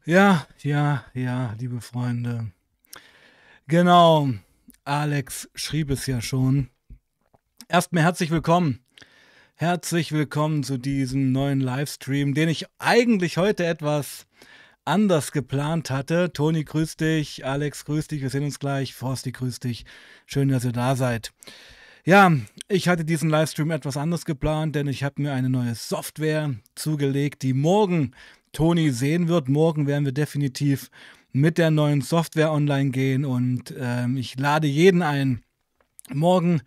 Ja, liebe Freunde. Genau, Alex schrieb es ja schon. Erstmal herzlich willkommen. Herzlich willkommen zu diesem neuen Livestream, den ich eigentlich heute etwas anders geplant hatte. Toni, grüß dich. Alex, grüß dich. Wir sehen uns gleich. Forsti, grüß dich. Schön, dass ihr da seid. Ja, ich hatte diesen Livestream etwas anders geplant, denn ich habe mir eine neue Software zugelegt, die morgen Toni sehen wird. Morgen werden wir definitiv mit der neuen Software online gehen und ich lade jeden ein, morgen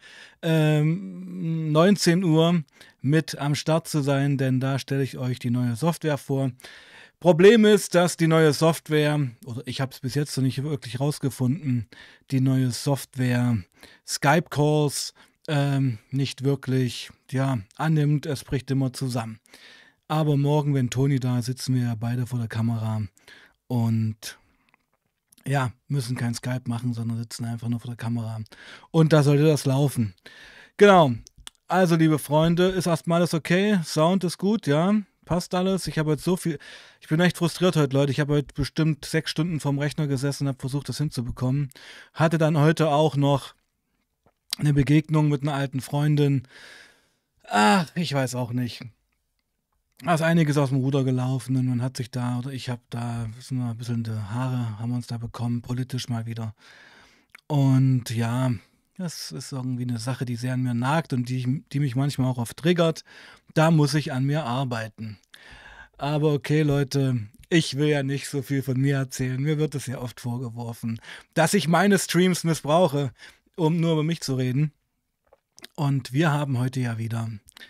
19 Uhr mit am Start zu sein, denn da stelle ich euch die neue Software vor. Problem ist, dass die neue Software, oder ich habe es bis jetzt noch nicht wirklich rausgefunden, die neue Software Skype Calls nicht wirklich annimmt. Es bricht immer zusammen. Aber morgen, wenn Toni da ist, sitzen wir ja beide vor der Kamera und müssen kein Skype machen, sondern sitzen einfach nur vor der Kamera. Und da sollte das laufen. Genau. Also, liebe Freunde, ist erstmal alles okay? Sound ist gut, ja? Passt alles? Ich habe jetzt so viel. Ich bin echt frustriert heute, Leute. Ich habe heute bestimmt 6 Stunden vorm Rechner gesessen und habe versucht, das hinzubekommen. Hatte dann heute auch noch eine Begegnung mit einer alten Freundin. Ach, ich weiß auch nicht. Da ist einiges aus dem Ruder gelaufen und man hat sich da, oder ich habe da, sind wir ein bisschen die Haare, haben wir uns da bekommen, politisch mal wieder. Und ja, das ist irgendwie eine Sache, die sehr an mir nagt und die mich manchmal auch oft triggert. Da muss ich an mir arbeiten. Aber okay, Leute, ich will ja nicht so viel von mir erzählen. Mir wird es ja oft vorgeworfen, dass ich meine Streams missbrauche, um nur über mich zu reden. Und wir haben heute ja wieder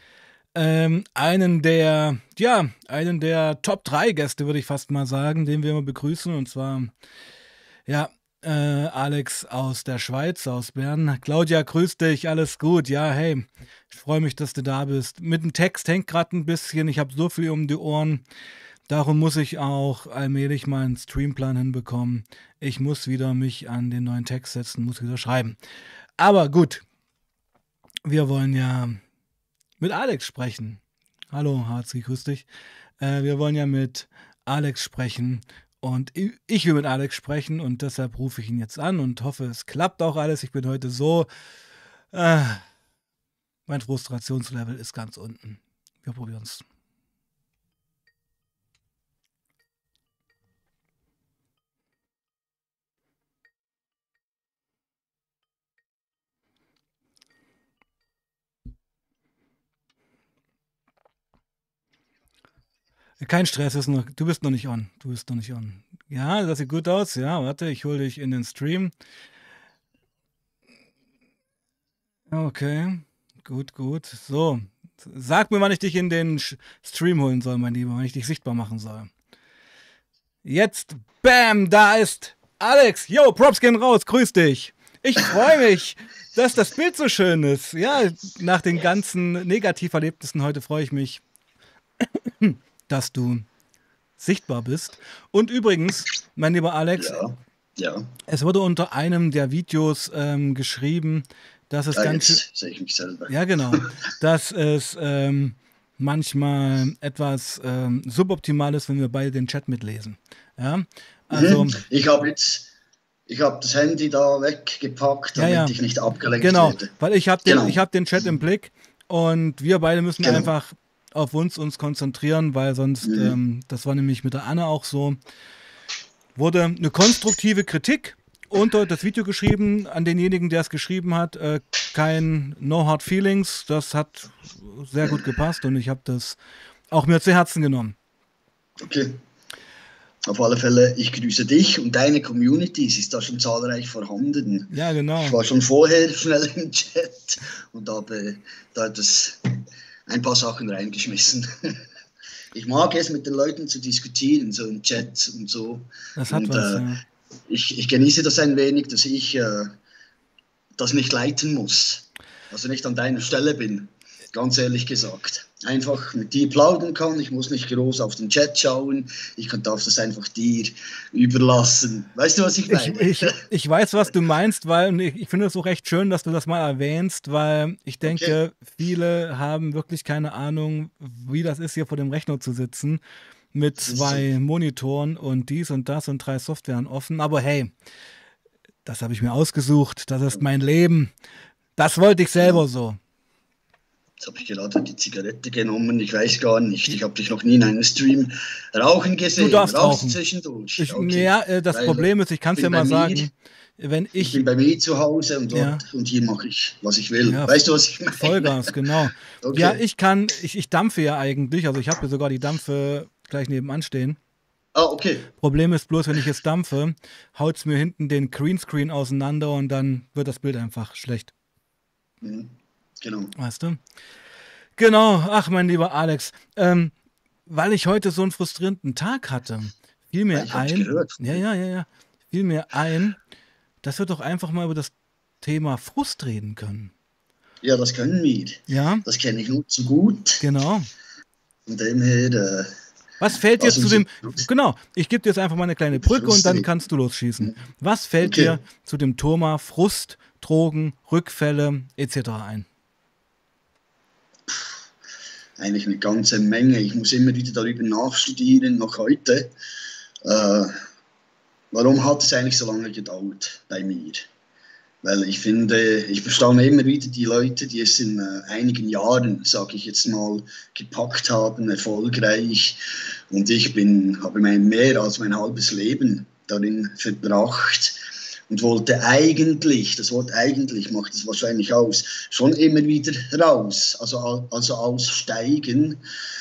einen der Top 3 Gäste, würde ich fast mal sagen, den wir immer begrüßen. Und zwar, Alex aus der Schweiz, aus Bern. Claudia, grüß dich, alles gut. Ja, hey, ich freue mich, dass du da bist. Mit dem Text hängt gerade ein bisschen, ich habe so viel um die Ohren. Darum muss ich auch allmählich mal einen Streamplan hinbekommen. Ich muss wieder mich an den neuen Text setzen, muss wieder schreiben. Aber gut, wir wollen ja mit Alex sprechen. Hallo, Harzi, grüß dich. Wir wollen ja mit Alex sprechen und ich will mit Alex sprechen und deshalb rufe ich ihn jetzt an und hoffe, es klappt auch alles. Ich bin heute so, mein Frustrationslevel ist ganz unten. Wir probieren es. Kein Stress, du bist noch nicht on. Du bist noch nicht on. Ja, das sieht gut aus. Ja, warte, ich hole dich in den Stream. Okay, gut. So, sag mir, wann ich dich in den Stream holen soll, mein Lieber, wann ich dich sichtbar machen soll. Jetzt, bam, da ist Alex. Yo, Props gehen raus, grüß dich. Ich freue mich, dass das Bild so schön ist. Ja, nach den ganzen Negativerlebnissen heute freue ich mich, dass du sichtbar bist. Und übrigens, mein lieber Alex, es wurde unter einem der Videos geschrieben, dass es jetzt sehe ich mich selber. Ja, genau. Dass es manchmal etwas suboptimal ist, wenn wir beide den Chat mitlesen. Ja, also ich habe das Handy da weggepackt, damit ich nicht abgelenkt werde. Genau, weil ich habe den Chat im Blick und wir beide müssen einfach auf uns konzentrieren, weil sonst, das war nämlich mit der Anne auch so, wurde eine konstruktive Kritik unter das Video geschrieben, an denjenigen, der es geschrieben hat, kein No Hard Feelings, das hat sehr gut gepasst und ich habe das auch mir zu Herzen genommen. Okay. Auf alle Fälle, ich grüße dich und deine Community, sie ist da schon zahlreich vorhanden. Ja, genau. Ich war schon vorher schnell im Chat und habe da ein paar Sachen reingeschmissen. Ich mag es, mit den Leuten zu diskutieren, so im Chat und so. Das hat was, ja. Ich genieße das ein wenig, dass ich das nicht leiten muss. Also nicht an deiner Stelle bin, ganz ehrlich gesagt. Einfach mit dir plaudern kann, ich muss nicht groß auf den Chat schauen, darf das einfach dir überlassen. Weißt du, was ich meine? Ich weiß, was du meinst, weil ich finde es auch recht schön, dass du das mal erwähnst, weil ich denke, viele haben wirklich keine Ahnung, wie das ist, hier vor dem Rechner zu sitzen. mit Das ist so. 2 Monitoren und dies und das und 3 Softwaren offen. Aber hey, das habe ich mir ausgesucht. Das ist mein Leben. Das wollte ich Ja. selber so. Jetzt habe ich gerade die Zigarette genommen. Ich weiß gar nicht. Ich habe dich noch nie in einem Stream rauchen Du gesehen. darfst Rauchst du rauchen. zwischendurch? Okay. Das Weil Problem ist, ich ich kann es ja bin bei mal mir, sagen, wenn ich bin bei mir zu Hause und ja, dort und hier mache ich, was ich will. ja, Weißt du, was ich meine? Vollgas, genau. Ja, Okay. ich dampfe ja eigentlich, also ich habe hier sogar die Dampfe gleich nebenan stehen. Ah, okay. Problem ist bloß, wenn ich jetzt dampfe, haut es mir hinten den Greenscreen auseinander und dann wird das Bild einfach schlecht. Mhm. Genau. Weißt du? Genau, ach mein lieber Alex, weil ich heute so einen frustrierenden Tag hatte, fiel Ja, mir ich habe es ein, gehört. fiel mir ein, dass wir doch einfach mal über das Thema Frust reden können. Ja, das können wir. Ja, Das kenne ich nur zu gut. genau. Von dem her, Was fällt dir lass zu uns dem, genau, ich gebe dir jetzt einfach mal eine kleine Brücke und dann frustrieren. kannst du losschießen. Was fällt dir Okay. zu dem Thema Frust, Drogen, Rückfälle etc. ein? Eigentlich eine ganze Menge. Ich muss immer wieder darüber nachstudieren, noch heute. Äh, Warum hat es eigentlich so lange gedauert bei mir? Weil ich finde, ich bestaune immer wieder die Leute, die es in einigen Jahren, sage ich jetzt mal, gepackt haben, erfolgreich. Und habe mehr als mein halbes Leben darin verbracht und wollte eigentlich, das Wort eigentlich macht es wahrscheinlich aus, schon immer wieder raus, also aussteigen.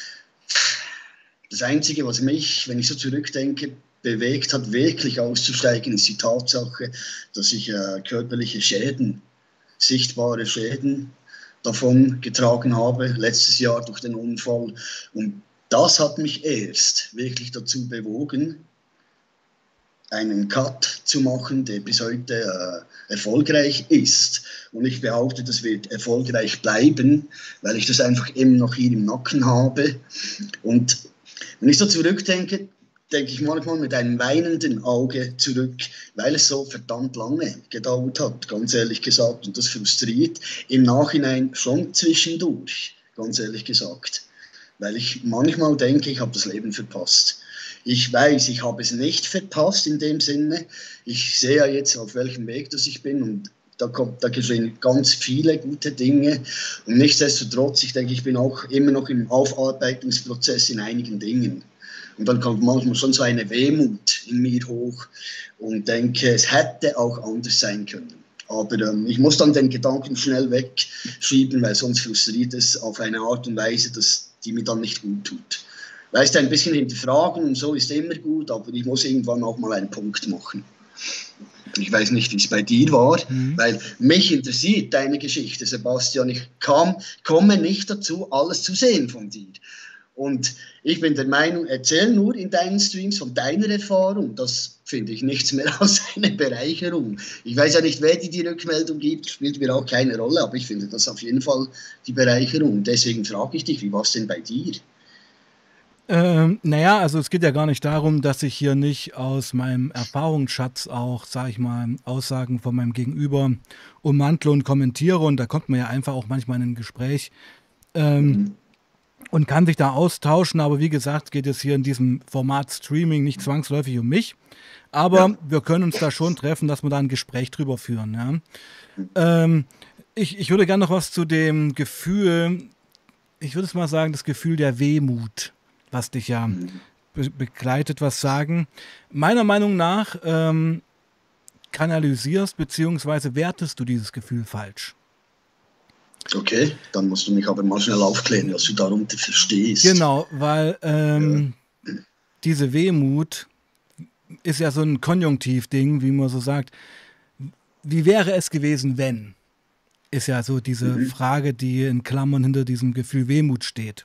Das Einzige, was mich, wenn ich so zurückdenke, bewegt hat, wirklich auszusteigen, ist die Tatsache, dass ich körperliche Schäden, sichtbare Schäden davon getragen habe, letztes Jahr durch den Unfall. Und das hat mich erst wirklich dazu bewogen, einen Cut zu machen, der bis heute erfolgreich ist. Und ich behaupte, das wird erfolgreich bleiben, weil ich das einfach immer noch hier im Nacken habe. Und wenn ich so zurückdenke, denke ich manchmal mit einem weinenden Auge zurück, weil es so verdammt lange gedauert hat, ganz ehrlich gesagt. Und das frustriert im Nachhinein schon zwischendurch, ganz ehrlich gesagt. Weil ich manchmal denke, ich habe das Leben verpasst. Ich weiß, ich habe es nicht verpasst in dem Sinne. Ich sehe ja jetzt, auf welchem Weg das ich bin und da geschehen ganz viele gute Dinge. Und nichtsdestotrotz, ich denke, ich bin auch immer noch im Aufarbeitungsprozess in einigen Dingen. Und dann kommt manchmal schon so eine Wehmut in mir hoch und denke, es hätte auch anders sein können. Aber ich muss dann den Gedanken schnell wegschieben, weil sonst frustriert es auf eine Art und Weise, die mir dann nicht gut tut. Weißt du, ein bisschen hinterfragen und so ist immer gut, aber ich muss irgendwann auch mal einen Punkt machen. Ich weiß nicht, wie es bei dir war, weil mich interessiert deine Geschichte, Sebastian. Ich komme nicht dazu, alles zu sehen von dir. Und ich bin der Meinung, erzähl nur in deinen Streams von deiner Erfahrung. Das finde ich nichts mehr als eine Bereicherung. Ich weiß ja nicht, wer dir die Rückmeldung gibt, spielt mir auch keine Rolle, aber ich finde das auf jeden Fall die Bereicherung. Deswegen frage ich dich, wie war es denn bei dir? Naja, also es geht ja gar nicht darum, dass ich hier nicht aus meinem Erfahrungsschatz auch, sage ich mal, Aussagen von meinem Gegenüber ummantle und kommentiere. Und da kommt man ja einfach auch manchmal in ein Gespräch und kann sich da austauschen. Aber wie gesagt, geht es hier in diesem Format Streaming nicht zwangsläufig um mich. Aber wir können uns da schon treffen, dass wir da ein Gespräch drüber führen. Ja? Ich würde gerne noch was zu dem Gefühl, ich würde es mal sagen, das Gefühl der Wehmut, was dich ja begleitet, was sagen. Meiner Meinung nach kanalisierst bzw. wertest du dieses Gefühl falsch. Okay, dann musst du mich aber mal schnell aufklären, was du darunter verstehst. Genau, weil diese Wehmut ist ja so ein Konjunktivding, wie man so sagt. Wie wäre es gewesen, wenn? Ist ja so diese Frage, die in Klammern hinter diesem Gefühl Wehmut steht.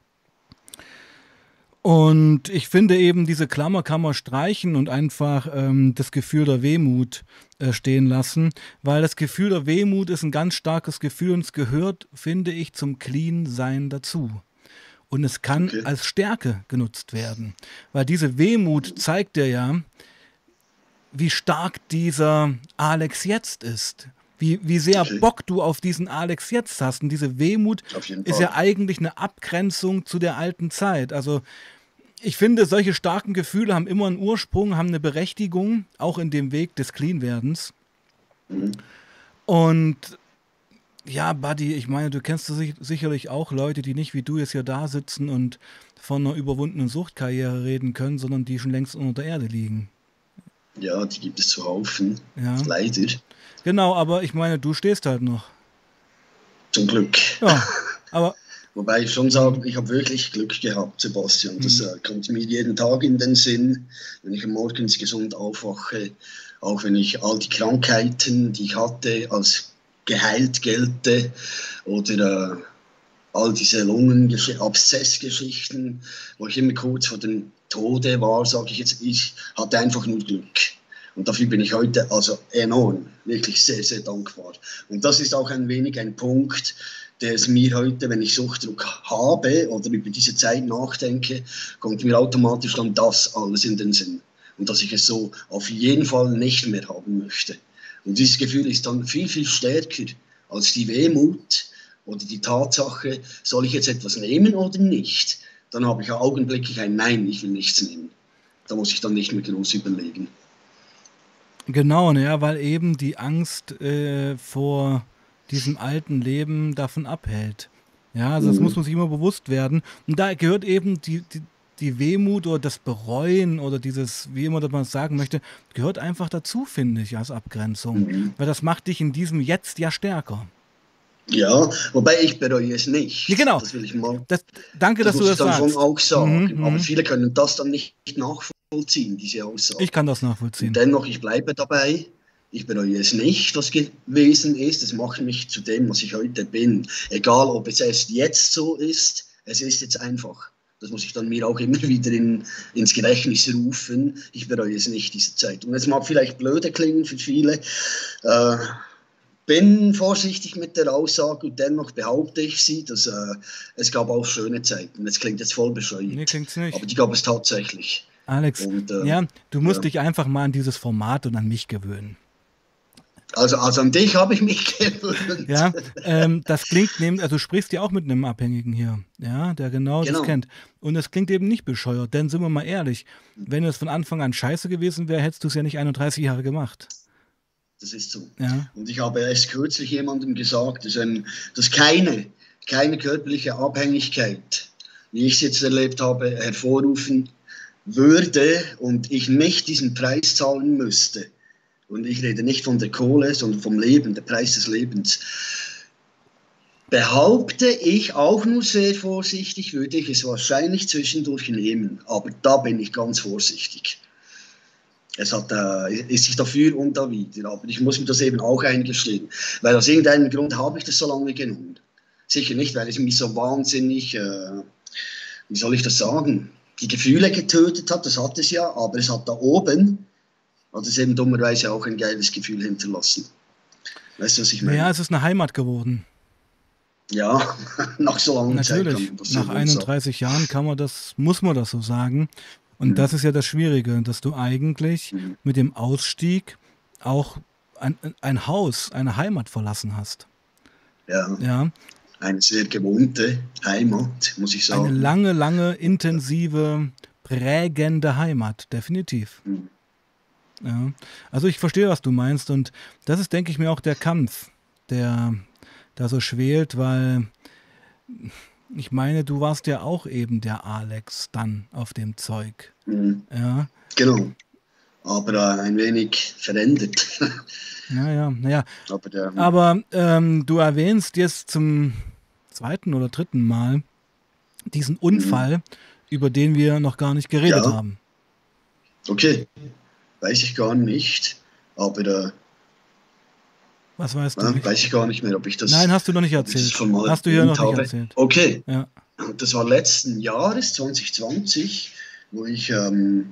Und ich finde eben, diese Klammer kann man streichen und einfach das Gefühl der Wehmut stehen lassen, weil das Gefühl der Wehmut ist ein ganz starkes Gefühl und es gehört, finde ich, zum Clean-Sein dazu. Und es kann als Stärke genutzt werden, weil diese Wehmut zeigt dir ja, wie stark dieser Alex jetzt ist. Wie sehr Bock du auf diesen Alex jetzt hast. Und diese Wehmut ist ja eigentlich eine Abgrenzung zu der alten Zeit. Also ich finde, solche starken Gefühle haben immer einen Ursprung, haben eine Berechtigung, auch in dem Weg des Clean-Werdens. Mhm. Und ja, Buddy, ich meine, du kennst sicherlich auch Leute, die nicht wie du jetzt hier da sitzen und von einer überwundenen Suchtkarriere reden können, sondern die schon längst unter der Erde liegen. Ja, die gibt es zu Haufen. Ja. Leider. Genau, aber ich meine, du stehst halt noch. Zum Glück. Ja, aber Wobei ich schon sage, ich habe wirklich Glück gehabt, Sebastian. Das kommt mir jeden Tag in den Sinn, wenn ich morgens gesund aufwache, auch wenn ich all die Krankheiten, die ich hatte, als geheilt gelte oder all diese Abszessgeschichten, wo ich immer kurz vor dem Tode war, sage ich jetzt, ich hatte einfach nur Glück. Und dafür bin ich heute also enorm, wirklich sehr, sehr dankbar. Und das ist auch ein wenig ein Punkt, der es mir heute, wenn ich Suchtdruck habe oder über diese Zeit nachdenke, kommt mir automatisch dann das alles in den Sinn. Und dass ich es so auf jeden Fall nicht mehr haben möchte. Und dieses Gefühl ist dann viel, viel stärker als die Wehmut oder die Tatsache, soll ich jetzt etwas nehmen oder nicht? Dann habe ich ja augenblicklich ein Nein, ich will nichts nehmen. Da muss ich dann nicht mehr groß überlegen. genau, ja, weil eben die Angst vor diesem alten Leben davon abhält. Ja, also das muss man sich immer bewusst werden. Und da gehört eben die Wehmut oder das Bereuen oder dieses, wie immer man es sagen möchte, gehört einfach dazu, finde ich, als Abgrenzung. Weil das macht dich in diesem Jetzt ja stärker. Ja, wobei ich bereue es nicht. Ja, genau. Das will ich mal. Danke, dass du das sagst. Das muss ich dann schon auch sagen. Aber viele können das dann nicht nachvollziehen, diese Aussage. Ich kann das nachvollziehen. Und dennoch, ich bleibe dabei. Ich bereue es nicht, was gewesen ist. Es macht mich zu dem, was ich heute bin. Egal, ob es erst jetzt so ist, es ist jetzt einfach. Das muss ich dann mir auch immer wieder ins Gedächtnis rufen. Ich bereue es nicht, diese Zeit. Und es mag vielleicht blöde klingen für viele. Bin vorsichtig mit der Aussage und dennoch behaupte ich sie, dass es gab auch schöne Zeiten. Das klingt jetzt voll bescheuert. Nee, klingt's nicht. Aber die gab es tatsächlich. Alex, und, ja, du musst dich einfach mal an dieses Format und an mich gewöhnen. Also an dich habe ich mich gewöhnt. Ja, das klingt nämlich, also du sprichst ja auch mit einem Abhängigen hier, ja, der genau das kennt. Und es klingt eben nicht bescheuert, denn sind wir mal ehrlich, wenn es von Anfang an scheiße gewesen wäre, hättest du es ja nicht 31 Jahre gemacht. Das ist so. Ja. Und ich habe erst kürzlich jemandem gesagt, dass keine körperliche Abhängigkeit, wie ich es jetzt erlebt habe, hervorrufen würde und ich nicht diesen Preis zahlen müsste. Und ich rede nicht von der Kohle, sondern vom Leben, der Preis des Lebens. Behaupte ich auch nur sehr vorsichtig, würde ich es wahrscheinlich zwischendurch nehmen. Aber da bin ich ganz vorsichtig. Es ist sich dafür und da wieder. Aber ich muss mir das eben auch eingestehen. Weil aus irgendeinem Grund habe ich das so lange genommen. Sicher nicht, weil es mich so wahnsinnig, wie soll ich das sagen, die Gefühle getötet hat. Das hat es ja, aber es hat da oben, hat es eben dummerweise auch ein geiles Gefühl hinterlassen. Weißt du, was ich meine? Ja, es ist eine Heimat geworden. Ja, nach so langer Zeit kann man das nach 31 Jahren muss man das so sagen. Und das ist ja das Schwierige, dass du eigentlich mit dem Ausstieg auch ein Haus, eine Heimat verlassen hast. Ja. Eine sehr gewohnte Heimat, muss ich sagen. Eine lange, lange, intensive, prägende Heimat, definitiv. Ja. Also ich verstehe, was du meinst und das ist, denke ich mir, auch der Kampf, der da so schwelt, weil ich meine, du warst ja auch eben der Alex dann auf dem Zeug. Ja. Genau, aber ein wenig verändert. Naja. Aber du erwähnst jetzt zum 2. oder 3. Mal diesen Unfall, über den wir noch gar nicht geredet haben. Okay. Weiß ich gar nicht, aber was weißt du nicht? Weiß ich gar nicht mehr, ob ich das... Nein, hast du noch nicht erzählt. Hast du hier noch nicht erzählt. Okay, ja. Das war letzten Jahres, 2020, wo ich einen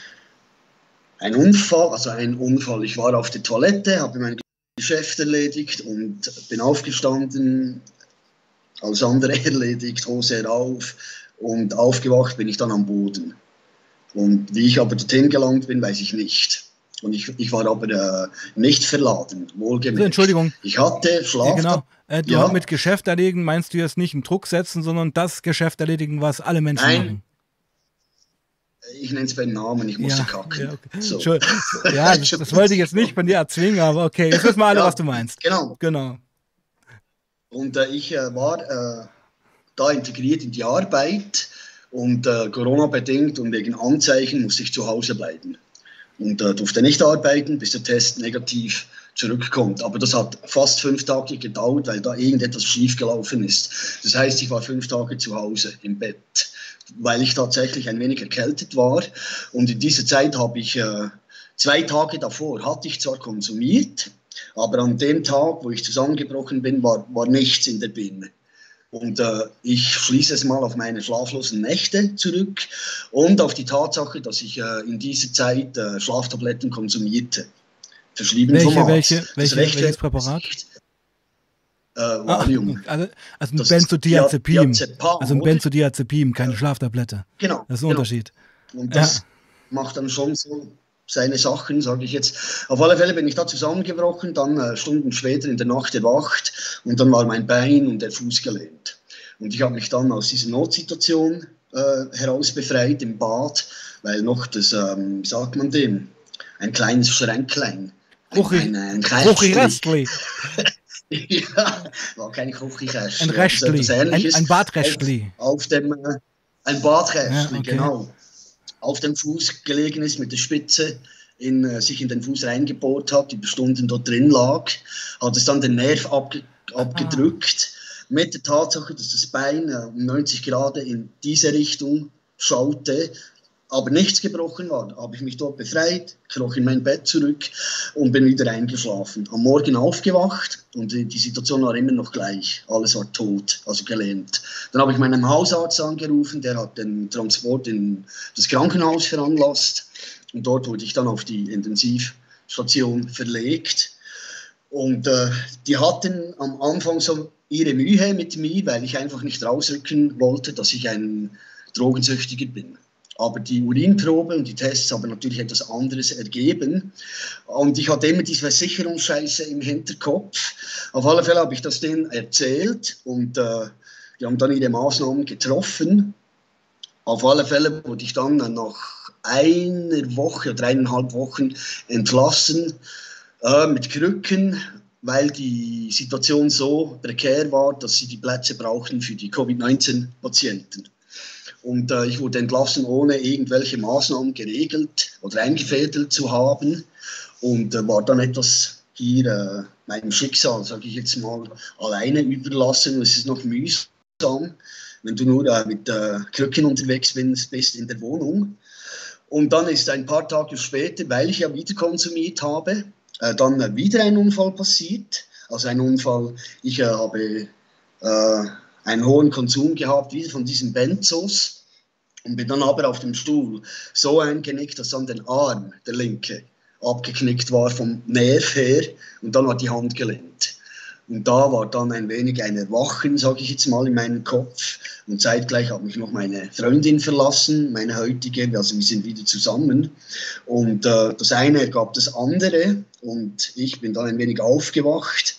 Unfall, ich war auf der Toilette, habe mein Geschäft erledigt und bin aufgestanden, alles andere erledigt, Hose rauf und aufgewacht bin ich dann am Boden. Und wie ich aber dorthin gelangt bin, weiß ich nicht. Und ich war aber nicht verladen, wohlgemerkt. Entschuldigung. Ich hatte Schlaf. Ja, genau. Mit Geschäft erledigen meinst du jetzt nicht einen Druck setzen, sondern das Geschäft erledigen, was alle Menschen machen. Ich nenne es beim Namen, ich musste kacken. Ja, okay. So. Ja, das wollte ich jetzt nicht von dir erzwingen, aber okay, jetzt wissen wir alle, was du meinst. Genau. Und ich war da integriert in die Arbeit und Corona-bedingt und wegen Anzeichen musste ich zu Hause bleiben. Und durfte nicht arbeiten, bis der Test negativ zurückkommt. Aber das hat fast 5 Tage gedauert, weil da irgendetwas schiefgelaufen ist. Das heißt, ich war 5 Tage zu Hause im Bett, weil ich tatsächlich ein wenig erkältet war. Und in dieser Zeit habe ich 2 Tage davor, hatte ich zwar konsumiert, aber an dem Tag, wo ich zusammengebrochen bin, war nichts in der Birne. Und ich schließe es mal auf meine schlaflosen Nächte zurück und auf die Tatsache, dass ich in dieser Zeit Schlaftabletten konsumierte. Verschrieben vom Arzt. Welches Präparat? Valium. Also ein Benzodiazepin. Also ein Benzodiazepin, keine Schlaftablette. Genau. Das ist ein Unterschied. Und das macht dann schon so seine Sachen, sage ich jetzt. Auf alle Fälle bin ich da zusammengebrochen, dann Stunden später in der Nacht erwacht und dann war mein Bein und der Fuß gelähmt. Und ich habe mich dann aus dieser Notsituation heraus befreit im Bad, weil noch das, wie sagt man dem, ein kleines Schränklein. Ein Kuchi-Restli. Ja, war kein Kuchi-Restli. Ein Restli, ein Badrestli. Ein Badrestli, okay. Genau. Auf dem Fuß gelegen ist, mit der Spitze sich in den Fuß reingebohrt hat, über Stunden dort drin lag, hat es dann den Nerv abgedrückt, mit der Tatsache, dass das Bein um 90 Grad in diese Richtung schaute, aber nichts gebrochen war. Da habe ich mich dort befreit, kroch in mein Bett zurück und bin wieder eingeschlafen. Am Morgen aufgewacht und die Situation war immer noch gleich. Alles war tot, also gelähmt. Dann habe ich meinen Hausarzt angerufen, der hat den Transport in das Krankenhaus veranlasst. Und dort wurde ich dann auf die Intensivstation verlegt. Und die hatten am Anfang so ihre Mühe mit mir, weil ich einfach nicht rausrücken wollte, dass ich ein Drogensüchtiger bin. Aber die Urinprobe und die Tests haben natürlich etwas anderes ergeben. Und ich hatte immer diese Versicherungsscheiße im Hinterkopf. Auf alle Fälle habe ich das denen erzählt und die haben dann ihre Maßnahmen getroffen. Auf alle Fälle wurde ich dann nach einer Woche oder 1,5 Wochen entlassen mit Krücken, weil die Situation so prekär war, dass sie die Plätze brauchten für die Covid-19-Patienten. Und ich wurde entlassen, ohne irgendwelche Maßnahmen geregelt oder eingefädelt zu haben und war dann etwas hier meinem Schicksal, sage ich jetzt mal, alleine überlassen. Es ist noch mühsam, wenn du nur mit Krücken unterwegs bist in der Wohnung. Und dann ist ein paar Tage später, weil ich ja wieder konsumiert habe, dann wieder ein Unfall passiert. Also ein Unfall, ich habe einen hohen Konsum gehabt, wieder von diesen Benzos und bin dann aber auf dem Stuhl so eingenickt, dass dann der Arm, der linke, abgeknickt war vom Nerv her und dann war die Hand gelähmt. Und da war dann ein wenig ein Erwachen, sage ich jetzt mal, in meinem Kopf. Und zeitgleich hat mich noch meine Freundin verlassen, meine heutige, also wir sind wieder zusammen. Und das eine ergab das andere und ich bin dann ein wenig aufgewacht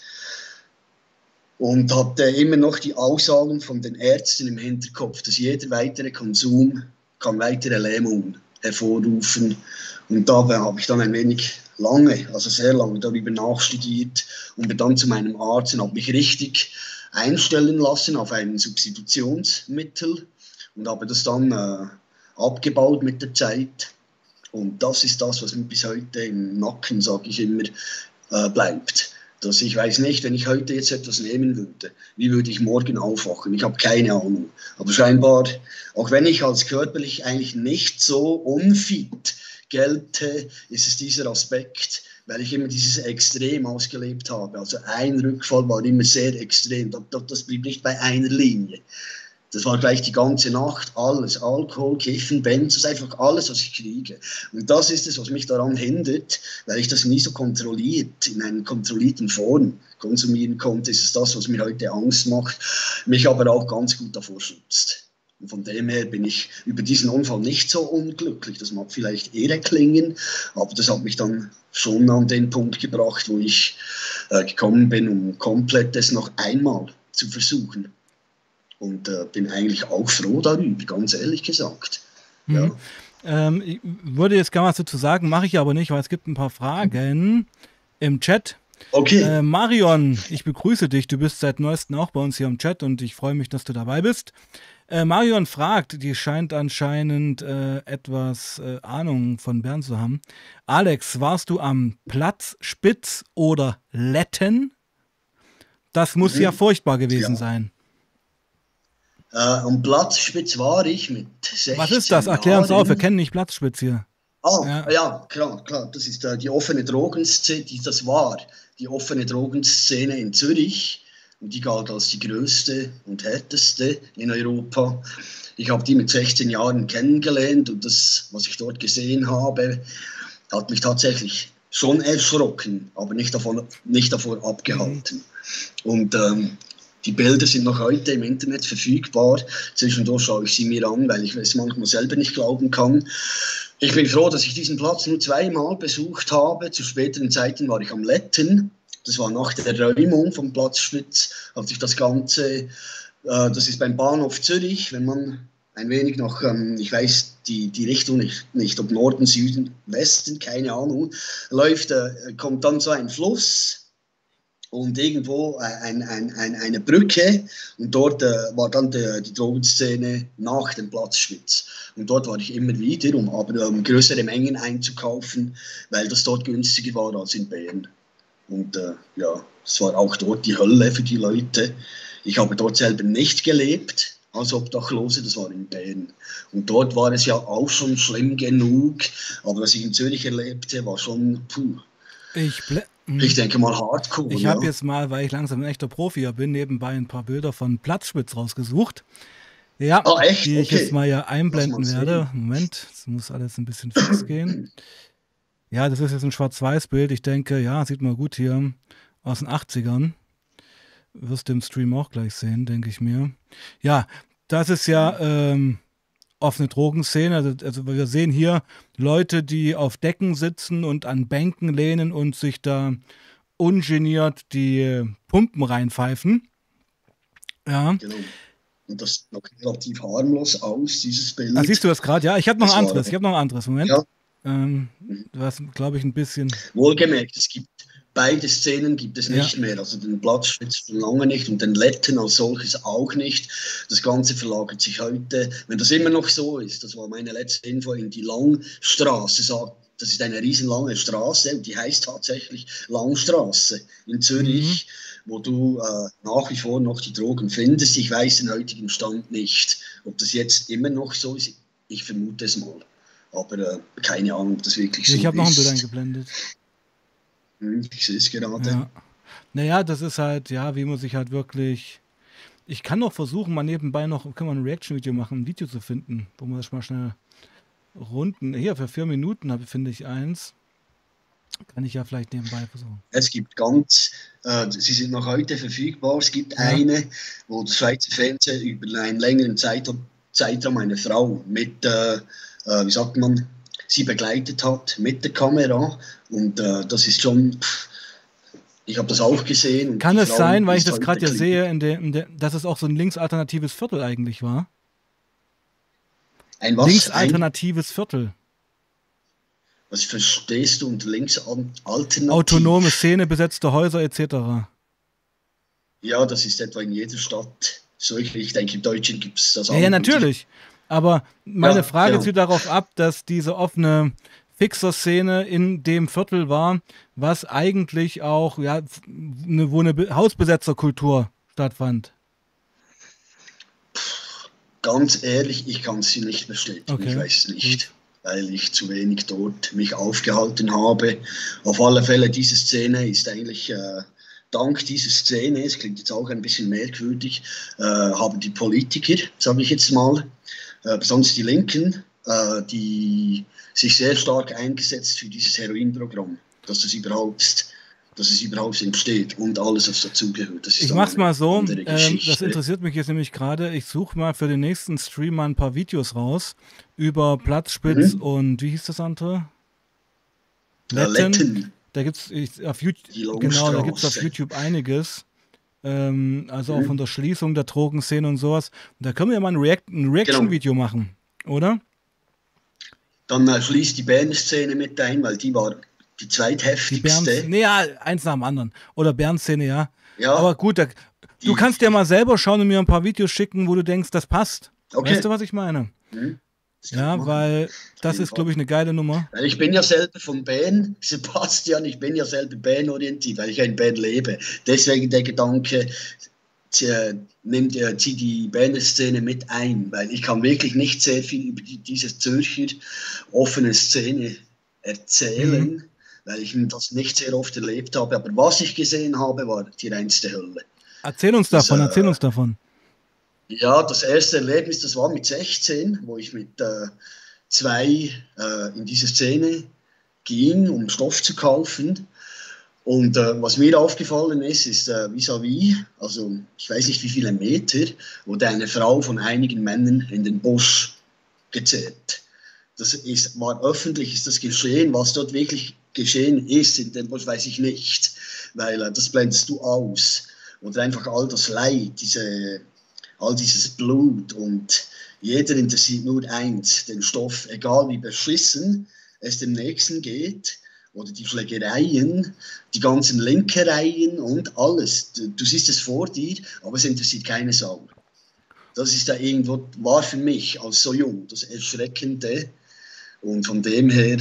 und hatte immer noch die Aussagen von den Ärzten im Hinterkopf, dass jeder weitere Konsum kann weitere Lähmungen hervorrufen. Und dabei habe ich dann ein wenig lange, also sehr lange darüber nachstudiert und bin dann zu meinem Arzt und habe mich richtig einstellen lassen auf ein Substitutionsmittel und habe das dann abgebaut mit der Zeit. Und das ist das, was mir bis heute im Nacken, sage ich immer, bleibt. Dass ich weiß nicht, wenn ich heute jetzt etwas nehmen würde, wie würde ich morgen aufwachen? Ich habe keine Ahnung. Aber scheinbar, auch wenn ich als körperlich eigentlich nicht so unfit gelte, ist es dieser Aspekt, weil ich immer dieses Extrem ausgelebt habe. Also ein Rückfall war immer sehr extrem. Das blieb nicht bei einer Linie. Das war gleich die ganze Nacht, alles, Alkohol, Kiffen, Benzos, einfach alles, was ich kriege. Und das ist es, was mich daran hindert, weil ich das nie so kontrolliert, in einer kontrollierten Form konsumieren konnte, ist es das, was mir heute Angst macht, mich aber auch ganz gut davor schützt. Und von dem her bin ich über diesen Unfall nicht so unglücklich. Das mag vielleicht eher klingen, aber das hat mich dann schon an den Punkt gebracht, wo ich gekommen bin, um komplett das noch einmal zu versuchen. Und bin eigentlich auch froh darüber, ganz ehrlich gesagt. Mhm. Ja. Ich würde jetzt gerne was dazu sagen, mache ich aber nicht, weil es gibt ein paar Fragen im Chat. Okay. Marion, ich begrüße dich. Du bist seit neuestem auch bei uns hier im Chat und ich freue mich, dass du dabei bist. Marion fragt, die scheint anscheinend etwas Ahnung von Bern zu haben. Alex, warst du am Platz Spitz oder Letten? Das muss ja furchtbar gewesen sein. Am Platzspitz war ich mit 16 Was ist das? Erklär uns auf, wir kennen nicht Platzspitz hier. Ja, klar. Das ist die offene Drogenszene, das war die offene Drogenszene in Zürich. Und die galt als die größte und härteste in Europa. Ich habe die mit 16 Jahren kennengelernt und das, was ich dort gesehen habe, hat mich tatsächlich schon erschrocken, aber nicht davor abgehalten. Und die Bilder sind noch heute im Internet verfügbar. Zwischendurch schaue ich sie mir an, weil ich es manchmal selber nicht glauben kann. Ich bin froh, dass ich diesen Platz nur zweimal besucht habe. Zu späteren Zeiten war ich am Letten. Das war nach der Räumung vom Platzspitz, hat sich das Ganze, das ist beim Bahnhof Zürich, wenn man ein wenig nach, ich weiß die Richtung nicht, ob Norden, Süden, Westen, keine Ahnung, läuft, kommt dann so ein Fluss und irgendwo eine Brücke und dort war dann die Drogenszene nach dem Platzspitz. Und dort war ich immer wieder, um aber größere Mengen einzukaufen, weil das dort günstiger war als in Bern. Und es war auch dort die Hölle für die Leute. Ich habe dort selber nicht gelebt als Obdachlose, das war in Bern. Und dort war es ja auch schon schlimm genug, aber was ich in Zürich erlebte, war schon, ich denke mal hardcore. Ich habe jetzt mal, weil ich langsam ein echter Profi bin, nebenbei ein paar Bilder von Platzspitz rausgesucht. Ja, echt? Die ich jetzt mal ja einblenden werde. Moment, das muss alles ein bisschen fix gehen. Ja, das ist jetzt ein Schwarz-Weiß-Bild. Ich denke, ja, sieht man gut hier aus den 80ern. Wirst du im Stream auch gleich sehen, denke ich mir. Ja, das ist ja offene Drogenszene. Also wir sehen hier Leute, die auf Decken sitzen und an Bänken lehnen und sich da ungeniert die Pumpen reinpfeifen. Ja. Genau. Und das sieht noch relativ harmlos aus, dieses Bild. Ah, siehst du das gerade? Ja, ich habe noch ein anderes. Moment. Ja. Du hast, glaube ich, ein bisschen... Wohlgemerkt, beide Szenen gibt es nicht mehr. Also den Platzspitz schon lange nicht und den Letten als solches auch nicht. Das Ganze verlagert sich heute, wenn das immer noch so ist, das war meine letzte Info, in die Langstraße. Das ist eine riesenlange Straße und die heißt tatsächlich Langstraße in Zürich, wo du nach wie vor noch die Drogen findest. Ich weiß den heutigen Stand nicht. Ob das jetzt immer noch so ist, ich vermute es mal. Aber keine Ahnung, ob das wirklich so ist. Ich habe noch ein Bild eingeblendet. Ich sehe es gerade. Ja. Naja, das ist halt, ja, wie muss ich halt wirklich... Ich kann noch versuchen, mal nebenbei können wir ein Reaction-Video machen, ein Video zu finden, wo man das mal schnell runden... Hier, für 4 Minuten finde ich eins. Kann ich ja vielleicht nebenbei versuchen. Es gibt sie sind noch heute verfügbar. Es gibt eine, wo das Schweizer Fernsehen über einen längeren Zeitraum eine Frau mit, wie sagt man, sie begleitet hat mit der Kamera. Und das ist schon, ich habe das auch gesehen. Und kann es sein, weil ich das gerade ja sehe, dass es auch so ein linksalternatives Viertel eigentlich war? Ein was? Linksalternatives Viertel. Was verstehst du unter linksalternativ? Autonome Szene, besetzte Häuser etc. Ja, das ist etwa in jeder Stadt so. Ich denke, im Deutschen gibt es das auch. Ja, natürlich. Aber meine Frage zielt darauf ab, dass diese offene Fixer-Szene in dem Viertel war, was eigentlich auch, wo eine Hausbesetzerkultur stattfand. Ganz ehrlich, ich kann sie nicht bestätigen. Okay. Ich weiß es nicht, weil ich zu wenig dort mich aufgehalten habe. Auf alle Fälle, diese Szene ist eigentlich, dank dieser Szene, es klingt jetzt auch ein bisschen merkwürdig, haben die Politiker, sage ich jetzt mal, besonders die Linken, die sich sehr stark eingesetzt für dieses Heroinprogramm, dass es überhaupt entsteht und alles, was dazugehört. Ich mach's mal so, das interessiert mich jetzt nämlich gerade. Ich suche mal für den nächsten Stream mal ein paar Videos raus über Platzspitz und wie hieß das andere? Letten. Da gibt es auf YouTube einiges. Also auch von der Schließung der Drogenszene und sowas. Und da können wir ja mal ein Reaction-Video machen, oder? Dann schließt die Bärenszene mit ein, weil die war die zweitheftigste. Nee, ja, eins nach dem anderen. Oder Bärenszene, ja. Ja, Aber gut, du die, kannst dir mal selber schauen und mir ein paar Videos schicken, wo du denkst, das passt. okay. Weißt du, was ich meine? Das kann ich Ja, machen. weil Auf das jeden ist, Fall. glaube ich, eine geile Nummer. Weil ich bin ja selber von Bern, Sebastian, ich bin ja selber Bern-orientiert, weil ich ja in Bern lebe. Deswegen der Gedanke, zieht die Berner Szene mit ein, weil ich kann wirklich nicht sehr viel über diese Zürcher offene Szene erzählen, weil ich das nicht sehr oft erlebt habe. Aber was ich gesehen habe, war die reinste Hölle. Erzähl uns davon. Ja, das erste Erlebnis, das war mit 16, wo ich mit zwei in diese Szene ging, um Stoff zu kaufen. Und was mir aufgefallen ist vis-à-vis, also ich weiß nicht wie viele Meter, wurde eine Frau von einigen Männern in den Busch gezerrt. War öffentlich, ist das geschehen. Was dort wirklich geschehen ist in dem Busch, weiß ich nicht, weil das blendest du aus. Oder einfach all das Leid, all dieses Blut, und jeder interessiert nur eins, den Stoff, egal wie beschissen es dem Nächsten geht, oder die Schlägereien, die ganzen Linkereien und alles. Du siehst es vor dir, aber es interessiert keine Sau. Das ist da irgendwo, war für mich als so jung das Erschreckende, und von dem her,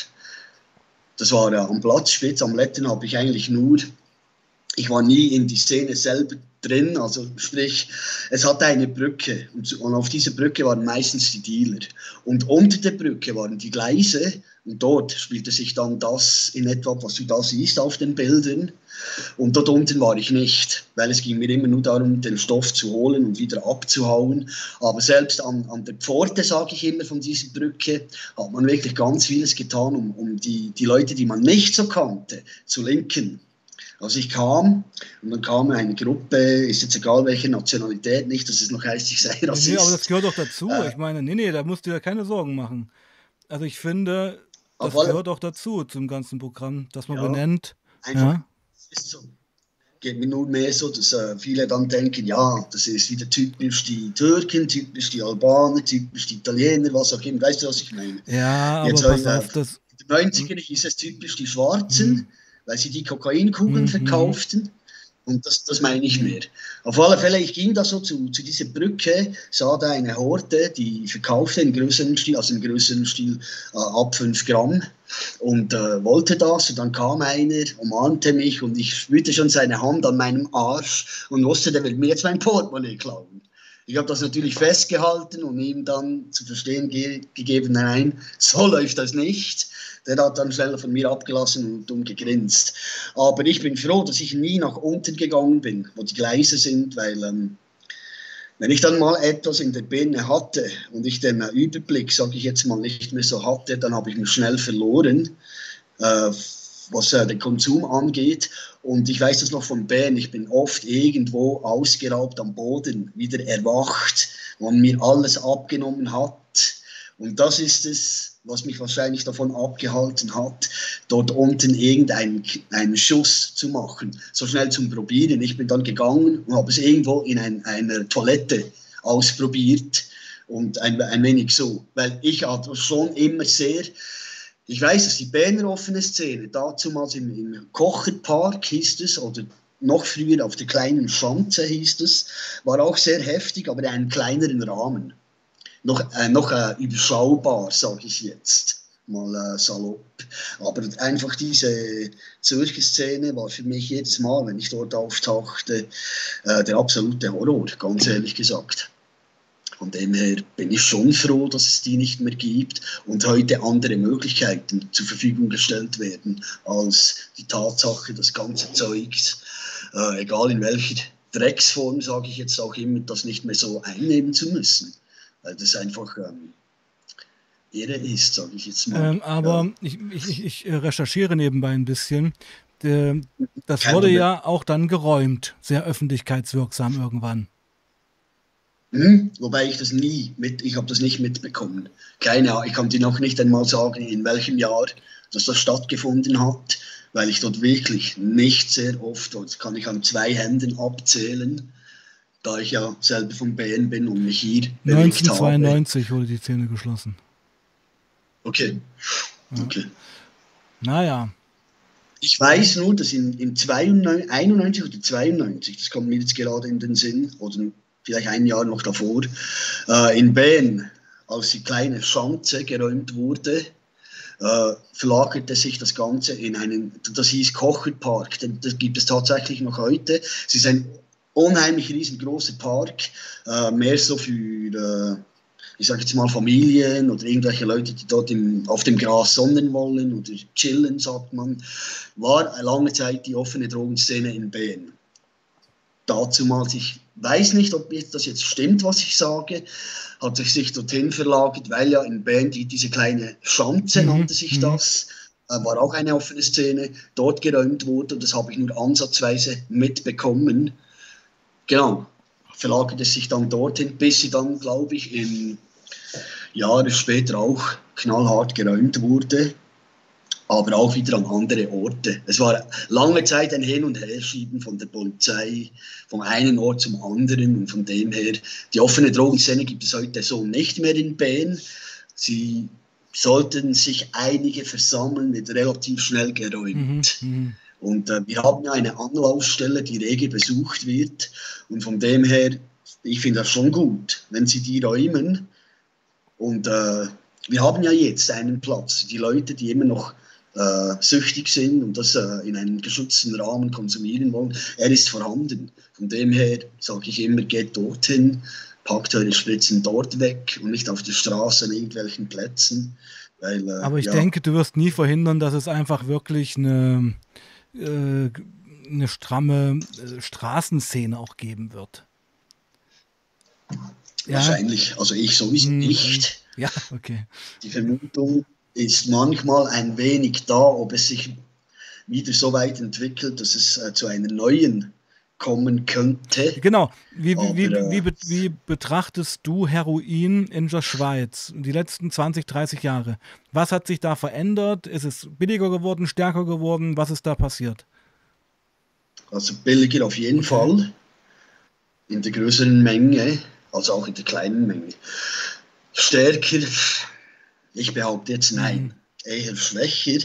das war ja am Platzspitz, am Letten habe ich eigentlich nur, ich war nie in die Szene selber drin, also sprich, es hatte eine Brücke und auf dieser Brücke waren meistens die Dealer und unter der Brücke waren die Gleise und dort spielte sich dann das in etwa, was du da siehst auf den Bildern, und dort unten war ich nicht, weil es ging mir immer nur darum, den Stoff zu holen und wieder abzuhauen, aber selbst an der Pforte, sage ich immer, von dieser Brücke, hat man wirklich ganz vieles getan, um die Leute, die man nicht so kannte, zu linken. Also ich kam und dann kam eine Gruppe, ist jetzt egal welche Nationalität, nicht, dass es noch heißt, ich sei Rassist. Nee, aber das gehört doch dazu. Ich meine, nee, da musst du dir keine Sorgen machen. Also ich finde, das gehört auch dazu zum ganzen Programm, dass man benennt. Einfach, ist so. Geht mir nur mehr so, dass viele dann denken, ja, das ist wieder typisch die Türken, typisch die Albaner, typisch die Italiener, was auch immer. Weißt du, was ich meine? Ja, aber pass auf, das... In den 90ern hieß es typisch die Schwarzen, weil sie die Kokainkugeln verkauften. Und das meine ich mehr. Auf alle Fälle, ich ging da so zu dieser Brücke, sah da eine Horde, die verkaufte im größeren Stil, ab 5 Gramm, und wollte das. Und dann kam einer, umarmte mich und ich spürte schon seine Hand an meinem Arsch und wusste, der will mir jetzt mein Portemonnaie klauen. Ich habe das natürlich festgehalten und ihm dann zu verstehen gegeben, nein, so läuft das nicht. Der hat dann schneller von mir abgelassen und dumm gegrinst. Aber ich bin froh, dass ich nie nach unten gegangen bin, wo die Gleise sind, weil wenn ich dann mal etwas in der Birne hatte und ich den Überblick, sage ich jetzt mal, nicht mehr so hatte, dann habe ich mich schnell verloren, was den Konsum angeht. Und ich weiß das noch von Bern, ich bin oft irgendwo ausgeraubt am Boden, wieder erwacht, wo man mir alles abgenommen hat. Und das ist es, was mich wahrscheinlich davon abgehalten hat, dort unten irgendeinen Schuss zu machen, so schnell zum Probieren. Ich bin dann gegangen und habe es irgendwo in einer Toilette ausprobiert und ein wenig so, weil ich hatte schon immer sehr, ich weiß, dass die Berner offene Szene, dazumals im Kocherpark hieß es, oder noch früher auf der kleinen Schanze hieß es, war auch sehr heftig, aber in einem kleineren Rahmen. Noch überschaubar, sage ich jetzt mal salopp. Aber einfach diese Zürcher Szene war für mich jedes Mal, wenn ich dort auftauchte, der absolute Horror, ganz ehrlich gesagt. Von dem her bin ich schon froh, dass es die nicht mehr gibt und heute andere Möglichkeiten zur Verfügung gestellt werden, als die Tatsache, das ganze Zeugs, egal in welcher Drecksform, sage ich jetzt auch immer, das nicht mehr so einnehmen zu müssen. Weil das einfach Ehre ist, sage ich jetzt mal. Aber ich recherchiere nebenbei ein bisschen. Das wurde ja auch dann geräumt, sehr öffentlichkeitswirksam irgendwann. Wobei ich ich habe das nicht mitbekommen. Keine Ahnung, ich kann dir noch nicht einmal sagen, in welchem Jahr das stattgefunden hat, weil ich dort wirklich nicht sehr oft, das kann ich an 2 Händen abzählen, da ich ja selber von Bern bin und mich hier 1992 wurde die Szene geschlossen. Okay, Ja. okay. Naja. Ich weiß nur, dass in 91 oder 92, das kommt mir jetzt gerade in den Sinn, oder vielleicht ein Jahr noch davor, in Bern, als die kleine Schanze geräumt wurde, verlagerte sich das Ganze in einen, das hieß Kocherpark, das gibt es tatsächlich noch heute. Es ist ein unheimlich riesengroßer Park, mehr so für, ich sage jetzt mal Familien oder irgendwelche Leute, die dort auf dem Gras sonnen wollen oder chillen, sagt man, war lange Zeit die offene Drogenszene in Bern. Dazumals, ich weiß nicht, ob das jetzt stimmt, was ich sage, hat sich dorthin verlagert, weil ja in Bern diese kleine Schanze, nannte sich das, war auch eine offene Szene, dort geräumt wurde und das habe ich nur ansatzweise mitbekommen. Genau, verlagerte sich dann dorthin, bis sie dann, glaube ich, in Jahre später auch knallhart geräumt wurde, aber auch wieder an andere Orte. Es war lange Zeit ein Hin- und Herschieben von der Polizei, vom einen Ort zum anderen und von dem her, die offene Drogenszene gibt es heute so nicht mehr in Bern. Sie sollten sich einige versammeln, wird relativ schnell geräumt. Und wir haben ja eine Anlaufstelle, die rege besucht wird und von dem her, ich finde das schon gut, wenn sie die räumen. Und wir haben ja jetzt einen Platz. Die Leute, die immer noch süchtig sind und das in einem geschützten Rahmen konsumieren wollen, er ist vorhanden. Von dem her sage ich immer, geht dorthin, packt eure Spritzen dort weg und nicht auf der Straße an irgendwelchen Plätzen. Weil, aber ich denke, du wirst nie verhindern, dass es einfach wirklich eine stramme Straßenszene auch geben wird. Wahrscheinlich, ja. Also ich sowieso nicht. Ja, okay. Die Vermutung ist manchmal ein wenig da, ob es sich wieder so weit entwickelt, dass es zu einer neuen kommen könnte. Genau. Wie betrachtest du Heroin in der Schweiz die letzten 20, 30 Jahre? Was hat sich da verändert? Ist es billiger geworden, stärker geworden? Was ist da passiert? Also billiger auf jeden Fall, in der größeren Menge, also auch in der kleinen Menge. Stärker, ich behaupte jetzt nein, eher schwächer,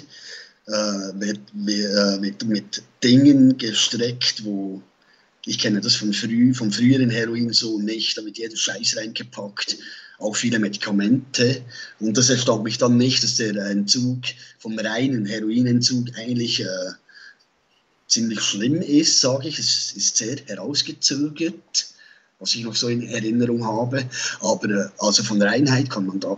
mit Dingen gestreckt, wo ich kenne das vom früheren Heroin so nicht, da wird jeder Scheiß reingepackt, auch viele Medikamente und das erstaunt mich dann nicht, dass der Entzug vom reinen Heroinentzug eigentlich ziemlich schlimm ist, sage ich, es ist sehr herausgezögert, was ich noch so in Erinnerung habe, aber also von Reinheit kann man da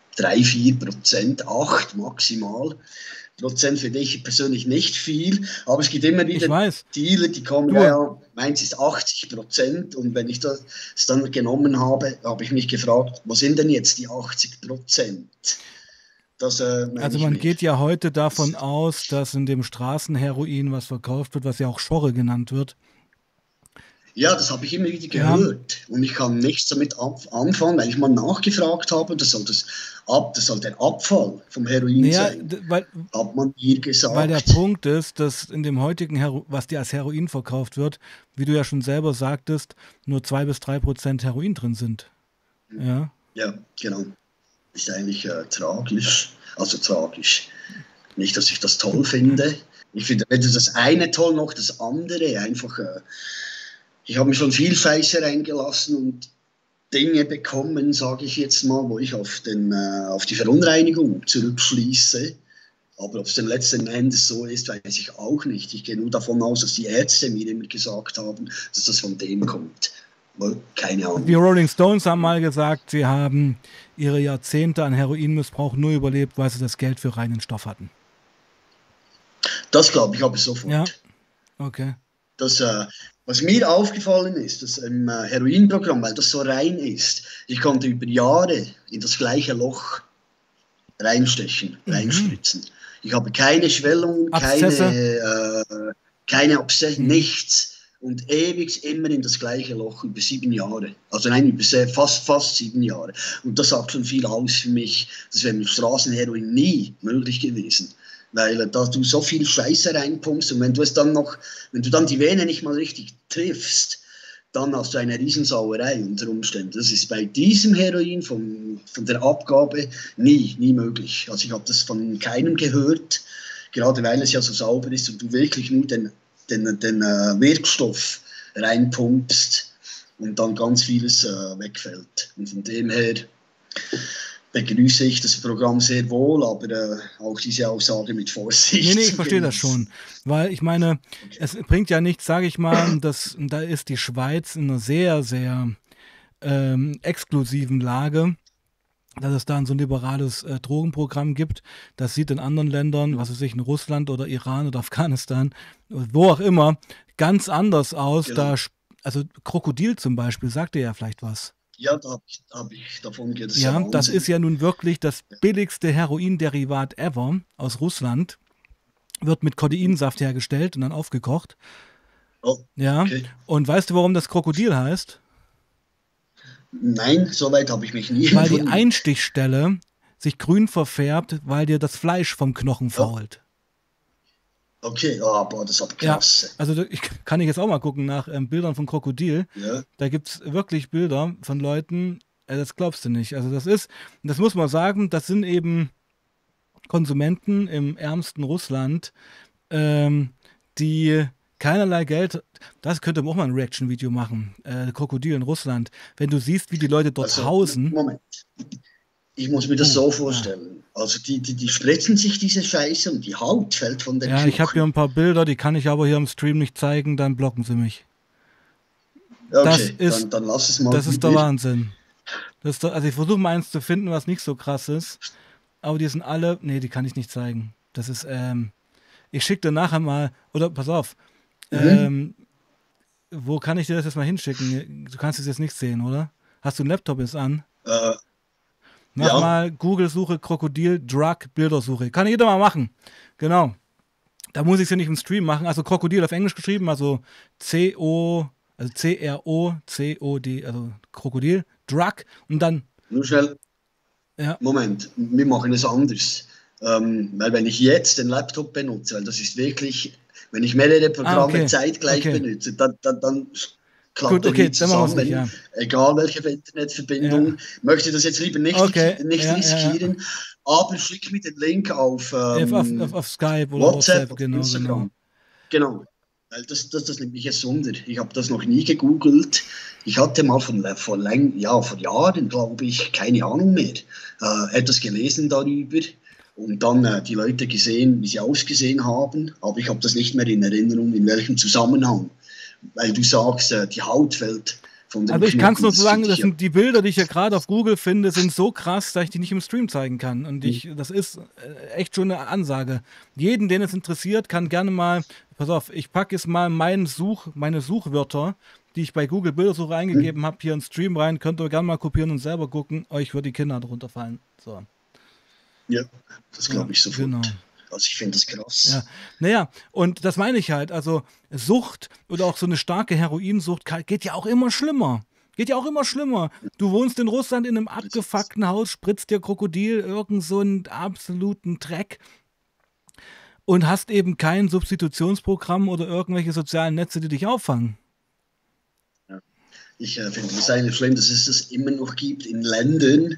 3-4%, 8 maximal. Prozent finde ich persönlich nicht viel, aber es gibt immer wieder Dealer, die kommen, meins ist 80% und wenn ich das dann genommen habe, habe ich mich gefragt, wo sind denn jetzt die 80%? Also man geht ja heute davon aus, dass in dem Straßenheroin, was verkauft wird, was ja auch Schorre genannt wird. Ja, das habe ich immer wieder gehört und ich kann nichts damit anfangen, weil ich mal nachgefragt habe, das soll der Abfall vom Heroin sein, hat man hier gesagt. Weil der Punkt ist, dass in dem heutigen, was dir als Heroin verkauft wird, wie du ja schon selber sagtest, nur 2-3% Heroin drin sind. Ja, ja, genau. Ist eigentlich tragisch. Also tragisch. Nicht, dass ich das toll finde. Ich finde weder das eine toll noch das andere. Einfach, ich habe mir schon viel Scheiße reingelassen und Dinge bekommen, sage ich jetzt mal, wo ich auf die Verunreinigung zurückschließe. Aber ob es dann letzten Endes so ist, weiß ich auch nicht. Ich gehe nur davon aus, dass die Ärzte mir immer gesagt haben, dass das von dem kommt. Keine Ahnung. Die Rolling Stones haben mal gesagt, sie haben ihre Jahrzehnte an Heroinmissbrauch nur überlebt, weil sie das Geld für reinen Stoff hatten. Das glaube ich aber sofort. Ja, okay. Was mir aufgefallen ist, dass im Heroinprogramm, weil das so rein ist, ich konnte über Jahre in das gleiche Loch reinspritzen. Ich habe keine Schwellungen, keine Abszesse, nichts. Und ewig immer in das gleiche Loch über 7 Jahre. Also nein, über fast 7 Jahre. Und das sagt schon viel aus für mich. Das wäre mit Straßenheroin nie möglich gewesen. Weil da du so viel Scheiße reinpumpst und wenn du dann die Vene nicht mal richtig triffst, dann hast du eine Riesensauerei unter Umständen. Das ist bei diesem Heroin von der Abgabe nie möglich. Also ich habe das von keinem gehört, gerade weil es ja so sauber ist und du wirklich nur den Wirkstoff reinpumpst und dann ganz vieles wegfällt. Und von dem her begrüße ich das Programm sehr wohl, aber auch diese Aussage mit Vorsicht. Nee, ich verstehe das schon. Weil ich meine, es bringt ja nichts, sage ich mal, da ist die Schweiz in einer sehr, sehr exklusiven Lage, dass es da so ein liberales Drogenprogramm gibt. Das sieht in anderen Ländern, was weiß ich, in Russland oder Iran oder Afghanistan, wo auch immer, ganz anders aus. Genau. Also Krokodil zum Beispiel, sagt dir ja vielleicht was. Ja, da hab ich davon gehört. Das ist Ja, ja das Wahnsinn. ist ja nun wirklich das billigste Heroinderivat ever aus Russland. Wird mit Kodeinsaft hergestellt und dann aufgekocht. Oh, Ja. okay. Und weißt du, warum das Krokodil heißt? Nein, soweit habe ich mich nie Weil die informiert. Einstichstelle sich grün verfärbt, weil dir das Fleisch vom Knochen fault. Okay, boah, das ist aber Ja, krass. also kann ich jetzt auch mal gucken nach Bildern von Krokodil. Ja. Da gibt es wirklich Bilder von Leuten, das glaubst du nicht. Also das muss man sagen, das sind eben Konsumenten im ärmsten Russland, die keinerlei Geld, das könnte man auch mal ein Reaction-Video machen, Krokodil in Russland, wenn du siehst, wie die Leute dort hausen. Moment, ich muss mir das so vorstellen. Also die spritzen sich diese Scheiße und die Haut fällt von den Knochen. Ich habe hier ein paar Bilder, die kann ich aber hier im Stream nicht zeigen, dann blocken sie mich. Okay, dann lass es mal. Das ist der Wahnsinn. Also ich versuche mal eins zu finden, was nicht so krass ist. Aber die sind alle. Nee, die kann ich nicht zeigen. Das ist, ich schicke dir nachher mal. Oder pass auf. Wo kann ich dir das jetzt mal hinschicken? Du kannst es jetzt nicht sehen, oder? Hast du einen Laptop jetzt an? Mach mal Google-Suche, Krokodil, Drug, Bildersuche. Kann jeder mal machen. Genau. Da muss ich es ja nicht im Stream machen. Also Krokodil auf Englisch geschrieben, also C-R-O-C-O-D, also Krokodil, Drug und dann. Nur schnell. Ja. Moment, wir machen es anders. Weil wenn ich jetzt den Laptop benutze, weil das ist wirklich, wenn ich mehrere Programme zeitgleich benutze, dann klappt die zusammen, nicht, ja. Egal welche Internetverbindung. Ja. Möchte das jetzt lieber nicht riskieren, aber schick mir den Link auf Skype oder WhatsApp, Instagram. Genau. Weil das nimmt mich jetzt wunder. Ich habe das noch nie gegoogelt. Ich hatte mal vor Jahren, glaube ich, keine Ahnung mehr, etwas gelesen darüber und dann die Leute gesehen, wie sie ausgesehen haben, aber ich habe das nicht mehr in Erinnerung, in welchem Zusammenhang. Weil du sagst, die Haut fällt von den Also ich kann es nur so sagen, das sind die Bilder, die ich ja gerade auf Google finde, sind so krass, dass ich die nicht im Stream zeigen kann. Und das ist echt schon eine Ansage. Jeden, den es interessiert, kann gerne mal, pass auf, ich packe jetzt mal meine Suchwörter, die ich bei Google Bildersuche eingegeben habe, hier in den Stream rein. Könnt ihr gerne mal kopieren und selber gucken. Euch wird die Kinder drunter fallen. So. Ja, das glaube ich sofort. Genau. Also ich finde das krass. Ja. Naja, und das meine ich halt, also Sucht oder auch so eine starke Heroinsucht geht ja auch immer schlimmer. Du wohnst in Russland in einem abgefuckten Haus, spritzt dir Krokodil, irgend so einen absoluten Dreck und hast eben kein Substitutionsprogramm oder irgendwelche sozialen Netze, die dich auffangen. Ja. Ich finde es eigentlich schlimm, dass es das immer noch gibt in Ländern,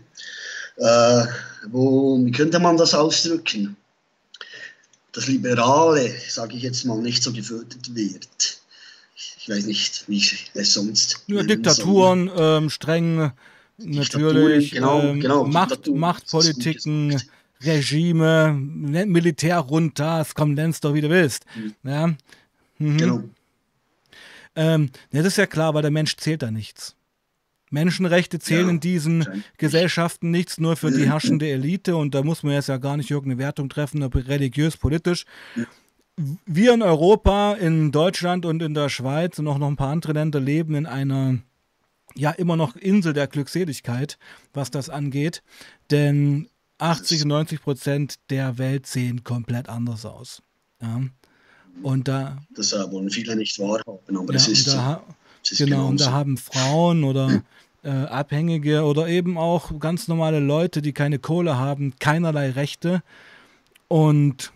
wo, wie könnte man das ausdrücken? Das Liberale, sage ich jetzt mal, nicht so gefördert wird. Ich weiß nicht, wie ich es sonst. Ja, Diktaturen, streng natürlich, genau, Machtpolitiken, Regime, Militär runter, es kommt nenn's doch, wie du willst. Ja. Genau. Das ist ja klar, weil der Mensch zählt da nichts. Menschenrechte zählen in diesen Gesellschaften nichts, nur für die herrschende Elite, und da muss man jetzt ja gar nicht irgendeine Wertung treffen, ob religiös, politisch. Wir in Europa, in Deutschland und in der Schweiz und auch noch ein paar andere Länder leben in einer, ja, immer noch Insel der Glückseligkeit, was das angeht, denn 80-90% der Welt sehen komplett anders aus. Ja. Und da... Das wollen viele nicht wahrhaben, aber es ist Genau, und da haben Frauen oder Abhängige oder eben auch ganz normale Leute, die keine Kohle haben, keinerlei Rechte und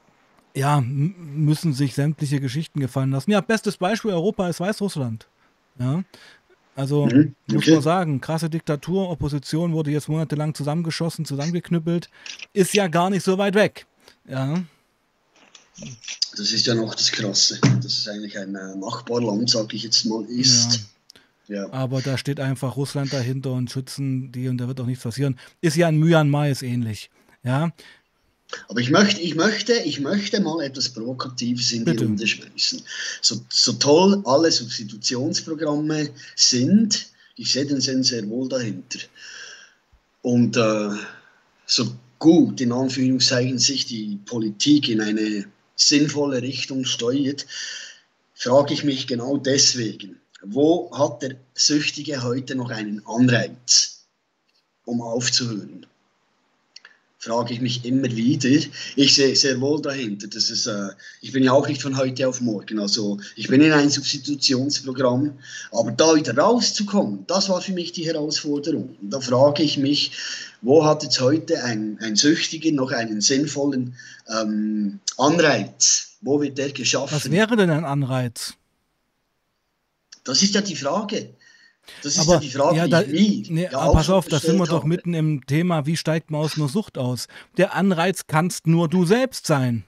müssen sich sämtliche Geschichten gefallen lassen. Ja, bestes Beispiel Europa ist Weißrussland. Ja, also muss man Okay. sagen, krasse Diktatur, Opposition wurde jetzt monatelang zusammengeschossen, zusammengeknüppelt, ist ja gar nicht so weit weg. Ja, Das ist ja noch das Krasse, dass es eigentlich ein Nachbarland, sage ich jetzt mal, ja. ist. Ja. Aber da steht einfach Russland dahinter und schützen die und da wird auch nichts passieren. Ist ja in Myanmar ist ähnlich. Ja, Aber ich möchte mal etwas Provokatives in die bitte. Runde schmeißen. So toll alle Substitutionsprogramme sind, ich sehe den Sinn sehr wohl dahinter. Und so gut, in Anführungszeichen, sich die Politik in eine sinnvolle Richtung steuert, frage ich mich genau deswegen, wo hat der Süchtige heute noch einen Anreiz, um aufzuhören? Frage ich mich immer wieder. Ich sehe sehr wohl dahinter, dass ich bin ja auch nicht von heute auf morgen, also ich bin in einem Substitutionsprogramm, aber da wieder rauszukommen, das war für mich die Herausforderung. Und da frage ich mich, wo hat jetzt heute ein Süchtiger noch einen sinnvollen Anreiz? Wo wird der Was geschaffen? wäre denn ein Anreiz? Das ist ja die Frage. Das ist ja Aber die Frage, ja, die ich mir nee, ja aber auch pass schon auf, da sind wir gestellt doch habe. mitten im Thema, wie steigt man aus einer Sucht aus? Der Anreiz kannst nur du selbst sein.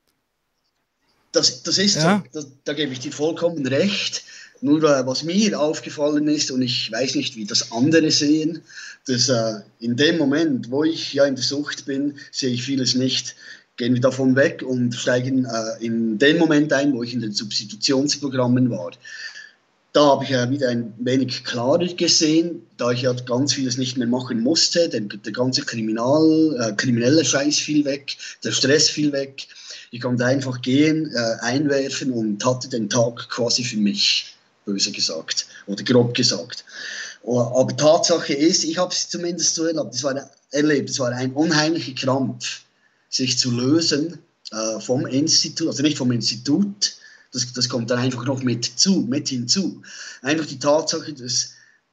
Das ist so, Ja, da gebe ich dir vollkommen recht. Nur was mir aufgefallen ist, und ich weiß nicht, wie das andere sehen, dass in dem Moment, wo ich ja in der Sucht bin, sehe ich vieles nicht. Gehen wir davon weg und steigen in den Moment ein, wo ich in den Substitutionsprogrammen war. Da habe ich ja wieder ein wenig klarer gesehen, da ich ja ganz vieles nicht mehr machen musste. Der ganze kriminelle Scheiß fiel weg, der Stress fiel weg. Ich konnte einfach gehen, einwerfen und hatte den Tag quasi für mich, böse gesagt oder grob gesagt. Aber Tatsache ist, ich habe es zumindest so erlebt, es war ein unheimlicher Krampf, sich zu lösen vom Institut, also nicht vom Institut, das kommt dann einfach noch mit hinzu. Einfach die Tatsache, dass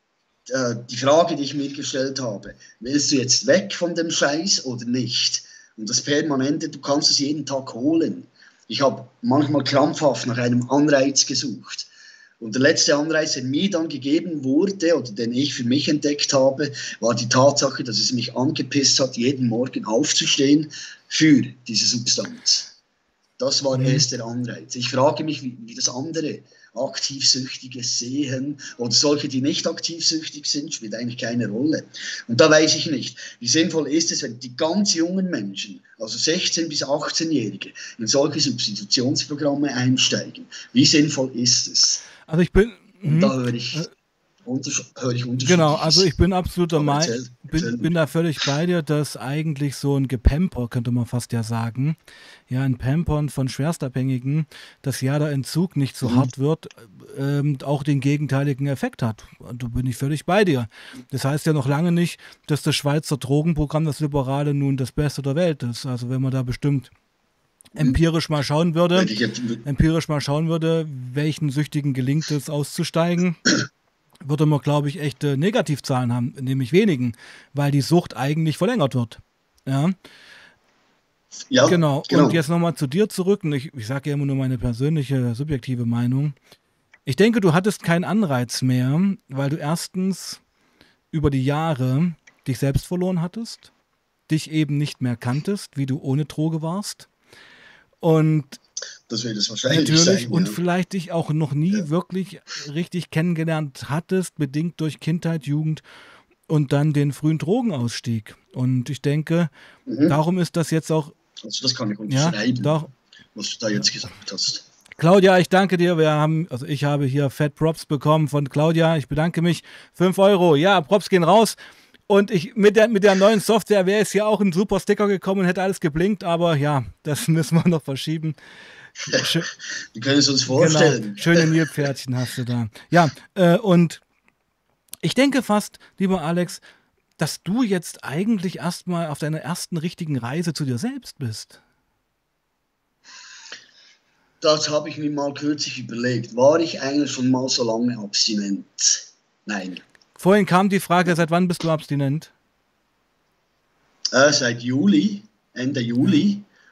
die Frage, die ich mir gestellt habe, willst du jetzt weg von dem Scheiß oder nicht? Und das Permanente, du kannst es jeden Tag holen. Ich habe manchmal krampfhaft nach einem Anreiz gesucht. Und der letzte Anreiz, der mir dann gegeben wurde oder den ich für mich entdeckt habe, war die Tatsache, dass es mich angepisst hat, jeden Morgen aufzustehen für diese Substanz. Das war mhm. erst der Anreiz. Ich frage mich, wie das andere Aktivsüchtige sehen oder solche, die nicht aktivsüchtig sind, spielt eigentlich keine Rolle. Und da weiß ich nicht, wie sinnvoll ist es, wenn die ganz jungen Menschen, also 16- bis 18-Jährige, in solche Substitutionsprogramme einsteigen. Wie sinnvoll ist es? Also ich bin, Und da äh, höre ich genau, also ich Unterschiedliches. bin absoluter Aber erzähl bin mir. da völlig bei dir, dass eigentlich so ein Gepamper, könnte man fast ja sagen, ja, ein Pampern von Schwerstabhängigen, dass ja der Entzug nicht so Mhm. hart wird, auch den gegenteiligen Effekt hat. Und da bin ich völlig bei dir. Das heißt ja noch lange nicht, dass das Schweizer Drogenprogramm, das Liberale, nun das Beste der Welt ist. Also wenn man da bestimmt Mhm. Würde ich jetzt, empirisch mal schauen würde, welchen Süchtigen gelingt es auszusteigen, würde man, glaube ich, echte Negativzahlen haben, nämlich wenigen, weil die Sucht eigentlich verlängert wird. Ja, ja, genau. Und genau. jetzt nochmal zu dir zurück. Und ich sage ja immer nur meine persönliche, subjektive Meinung. Ich denke, du hattest keinen Anreiz mehr, weil du erstens über die Jahre dich selbst verloren hattest, dich eben nicht mehr kanntest, wie du ohne Droge warst. Und Das wird es wahrscheinlich natürlich, sein, und ja. vielleicht dich auch noch Ja. nie wirklich richtig kennengelernt hattest, bedingt durch Kindheit, Jugend und dann den frühen Drogenausstieg. Und ich denke, Mhm. darum ist das jetzt auch, Also das kann ich ja, unterschreiben, doch. was du da Ja. jetzt gesagt hast. Claudia, ich danke dir. Also ich habe hier Fat Props bekommen von Claudia. Ich bedanke mich. 5 Euro. Ja, Props gehen raus. Und mit der neuen Software wäre es ja auch ein super Sticker gekommen und hätte alles geblinkt, aber ja, das müssen wir noch verschieben. Schö Wir können es uns genau, vorstellen. schöne Nilpferdchen hast du da. Ja, und ich denke fast, lieber Alex, dass du jetzt eigentlich erstmal auf deiner ersten richtigen Reise zu dir selbst bist. Das habe ich mir mal kürzlich überlegt. War ich eigentlich schon mal so lange abstinent? Nein. Vorhin kam die Frage, seit wann bist du abstinent? Seit Juli, Ende Ja. Juli.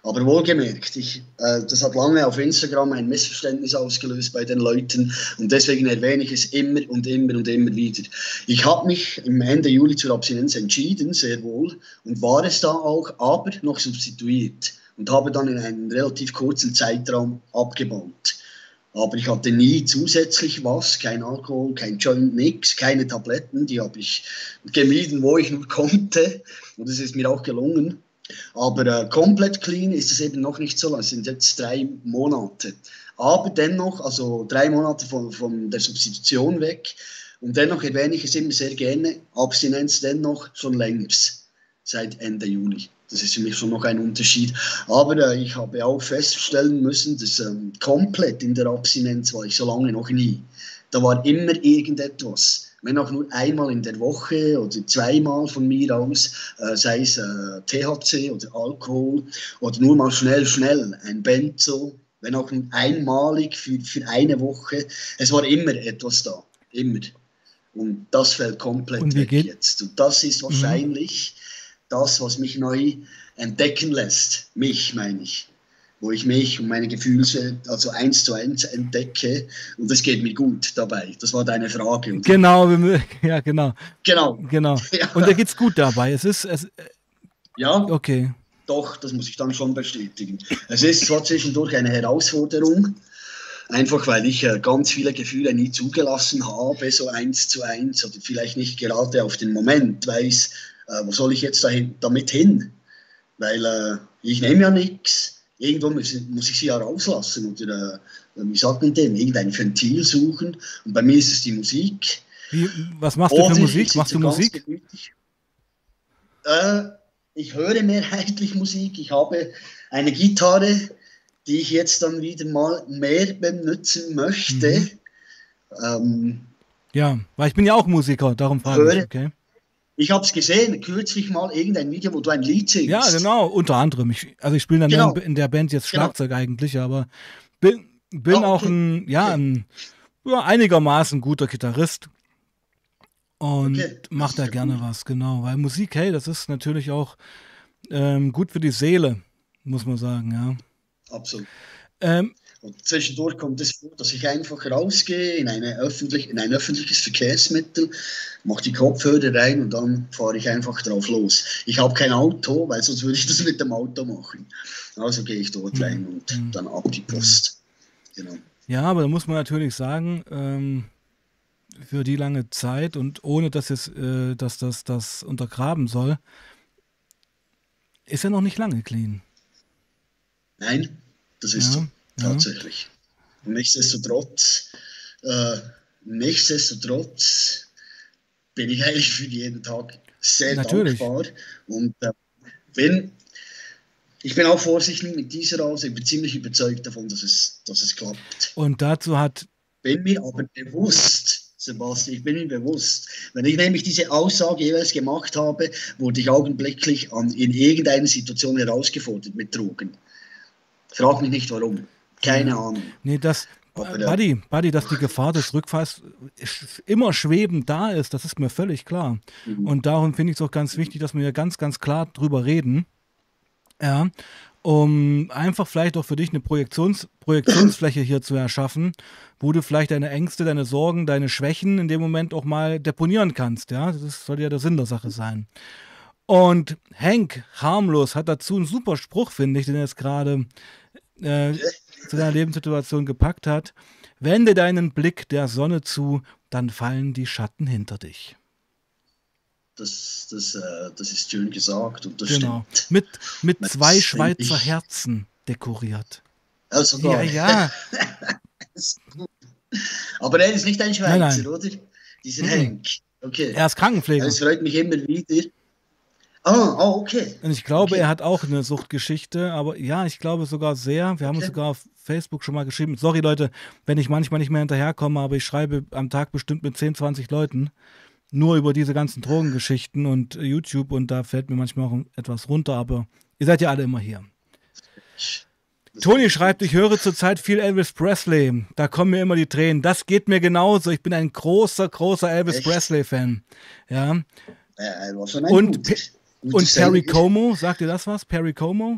Aber wohlgemerkt, das hat lange auf Instagram ein Missverständnis ausgelöst bei den Leuten und deswegen erwähne ich es immer und immer und immer wieder. Ich habe mich im Ende Juli zur Abstinenz entschieden, sehr wohl, und war es da auch, aber noch substituiert und habe dann in einem relativ kurzen Zeitraum abgebaut. Aber ich hatte nie zusätzlich was, kein Alkohol, kein Joint, nix, keine Tabletten, die habe ich gemieden, wo ich nur konnte und es ist mir auch gelungen. Aber komplett clean ist es eben noch nicht so lang. Es sind jetzt 3 Monate. Aber dennoch, also 3 Monate von der Substitution weg. Und dennoch erwähne ich es immer sehr gerne. Abstinenz dennoch schon länger. Seit Ende Juli. Das ist für mich schon noch ein Unterschied. Aber ich habe auch feststellen müssen, dass komplett in der Abstinenz war ich so lange noch nie. Da war immer irgendetwas. Wenn auch nur einmal in der Woche oder 2-mal von mir aus, sei es THC oder Alkohol oder nur mal schnell ein Benzo, wenn auch nur einmalig für eine Woche. Es war immer etwas da, immer. Und das fällt komplett weg jetzt. Und das ist wahrscheinlich das, was mich neu entdecken lässt. Mich, meine ich. Wo ich mich und meine Gefühle also 1:1 entdecke und es geht mir gut dabei. Das war deine Frage. Oder? Genau, ja, genau. Genau. Ja. Und da geht's gut dabei. Ja, okay. Doch, das muss ich dann schon bestätigen. Es ist zwar zwischendurch eine Herausforderung, einfach weil ich ganz viele Gefühle nie zugelassen habe, so 1:1 oder vielleicht nicht gerade auf den Moment weiß, wo soll ich jetzt damit hin? Weil ich nehme ja nichts. Irgendwo muss ich sie ja rauslassen oder, wie sagt man dem, irgendein Ventil suchen. Und bei mir ist es die Musik. Was machst du für Musik? Machst du Musik? Ich höre mehrheitlich Musik. Ich habe eine Gitarre, die ich jetzt dann wieder mal mehr benutzen möchte. Ja, weil ich bin ja auch Musiker, darum frage ich, okay? Ich habe es gesehen, kürzlich mal irgendein Video, wo du ein Lied singst. Ja, genau, unter anderem. Ich spiele dann in der Band jetzt Schlagzeug eigentlich, aber bin auch ein einigermaßen guter Gitarrist und mache da gerne was, genau. Weil Musik, hey, das ist natürlich auch gut für die Seele, muss man sagen, ja. Absolut. Und zwischendurch kommt es vor, dass ich einfach rausgehe in ein öffentliches Verkehrsmittel, mache die Kopfhörer rein und dann fahre ich einfach drauf los. Ich habe kein Auto, weil sonst würde ich das mit dem Auto machen. Also gehe ich dort rein und dann ab die Post. Genau. Ja, aber da muss man natürlich sagen, für die lange Zeit und ohne dass das untergraben soll, ist er noch nicht lange clean. Nein, das ist so. Tatsächlich. Und nichtsdestotrotz bin ich eigentlich für jeden Tag sehr dankbar. Und ich bin auch vorsichtig mit dieser Rase. Ich bin ziemlich überzeugt davon, dass es klappt. Und dazu bin mir aber bewusst, Sebastian, ich bin mir bewusst, wenn ich nämlich diese Aussage jeweils gemacht habe, wurde ich augenblicklich in irgendeiner Situation herausgefordert mit Drogen. Frag mich nicht warum. Keine Ahnung. Nee, Buddy, dass die Gefahr des Rückfalls immer schwebend da ist, das ist mir völlig klar. Und darum finde ich es auch ganz wichtig, dass wir ja ganz, ganz klar drüber reden. Ja, um einfach vielleicht auch für dich eine Projektionsfläche hier zu erschaffen, wo du vielleicht deine Ängste, deine Sorgen, deine Schwächen in dem Moment auch mal deponieren kannst. Ja, das soll ja der Sinn der Sache sein. Und Hank Harmlos hat dazu einen super Spruch, finde ich, den er jetzt gerade zu deiner Lebenssituation gepackt hat. Wende deinen Blick der Sonne zu, dann fallen die Schatten hinter dich. Das ist schön gesagt und das stimmt. Mit 2 Schweizer Herzen dekoriert. Also ja. Aber er ist nicht ein Schweizer, nein. oder? Dieser Hank. Okay. Er ist Krankenpfleger. Es freut mich immer wieder. Okay. Und ich glaube, er hat auch eine Suchtgeschichte, aber ja, ich glaube sogar sehr. Wir haben uns sogar auf Facebook schon mal geschrieben. Sorry, Leute, wenn ich manchmal nicht mehr hinterherkomme, aber ich schreibe am Tag bestimmt mit 10, 20 Leuten nur über diese ganzen Drogengeschichten und YouTube und da fällt mir manchmal auch etwas runter, aber ihr seid ja alle immer hier. Toni schreibt, ich höre zurzeit viel Elvis Presley. Da kommen mir immer die Tränen. Das geht mir genauso. Ich bin ein großer Elvis Presley-Fan. Ja. War schon ein und Perry Como, sagt ihr das was? Perry Como?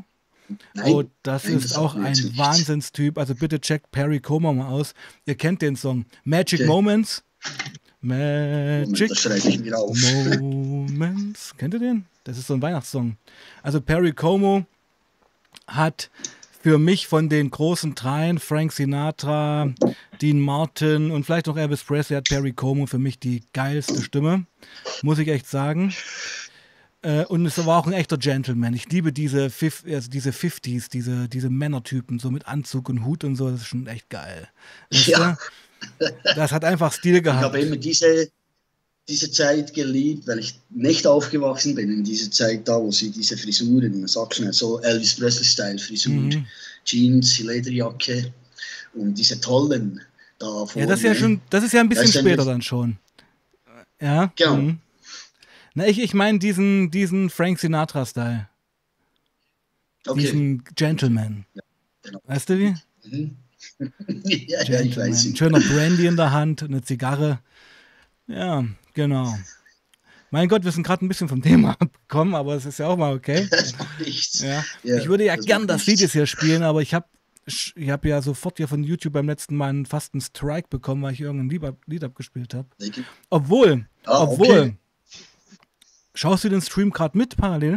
Oh, Nein, das nein, ist das auch sagt mir jetzt ein nichts. Wahnsinnstyp. Also bitte checkt Perry Como mal aus. Ihr kennt den Song. Magic Okay, Moments. Moment, das Magic schreibe ich mir auf. Moments. Kennt ihr den? Das ist so ein Weihnachtssong. Also Perry Como hat für mich von den großen dreien, Frank Sinatra, Dean Martin und vielleicht noch Elvis Presley, hat Perry Como für mich die geilste Stimme. Muss ich echt sagen. Und es war auch ein echter Gentleman. Ich liebe also diese 50s, diese Männertypen, so mit Anzug und Hut und so, das ist schon echt geil. Weißt Ja, du? Das hat einfach Stil ich habe gehabt. immer diese Zeit geliebt, weil ich nicht aufgewachsen bin in dieser Zeit da, wo sie diese Frisuren, sag schnell, so Elvis Presley-Style-Frisur, Mhm. Jeans, Lederjacke und diese tollen da Ja, das ist ja vorne. schon, das ist ja ein bisschen Weißt du, später dann schon. Ja. genau, Mhm. Na, ich meine diesen Frank Sinatra-Style. okay. Diesen Okay. Gentleman. Ja, genau. Weißt du wie? Mhm. Ja, ja, ich weiß Gentleman. Ein ihn. schöner Brandy in der Hand, eine Zigarre. Ja, genau. Mein Gott, wir sind gerade ein bisschen vom Thema abgekommen, aber es ist ja auch mal okay. Das macht nichts. Ja, Ja, ich würde ja das gern macht das Lied jetzt nichts. hier spielen, aber ich hab ja sofort hier von YouTube beim letzten Mal fast einen Strike bekommen, weil ich irgendein Lied abgespielt habe. Obwohl, Ah, okay. obwohl, schaust du den Stream gerade mit parallel?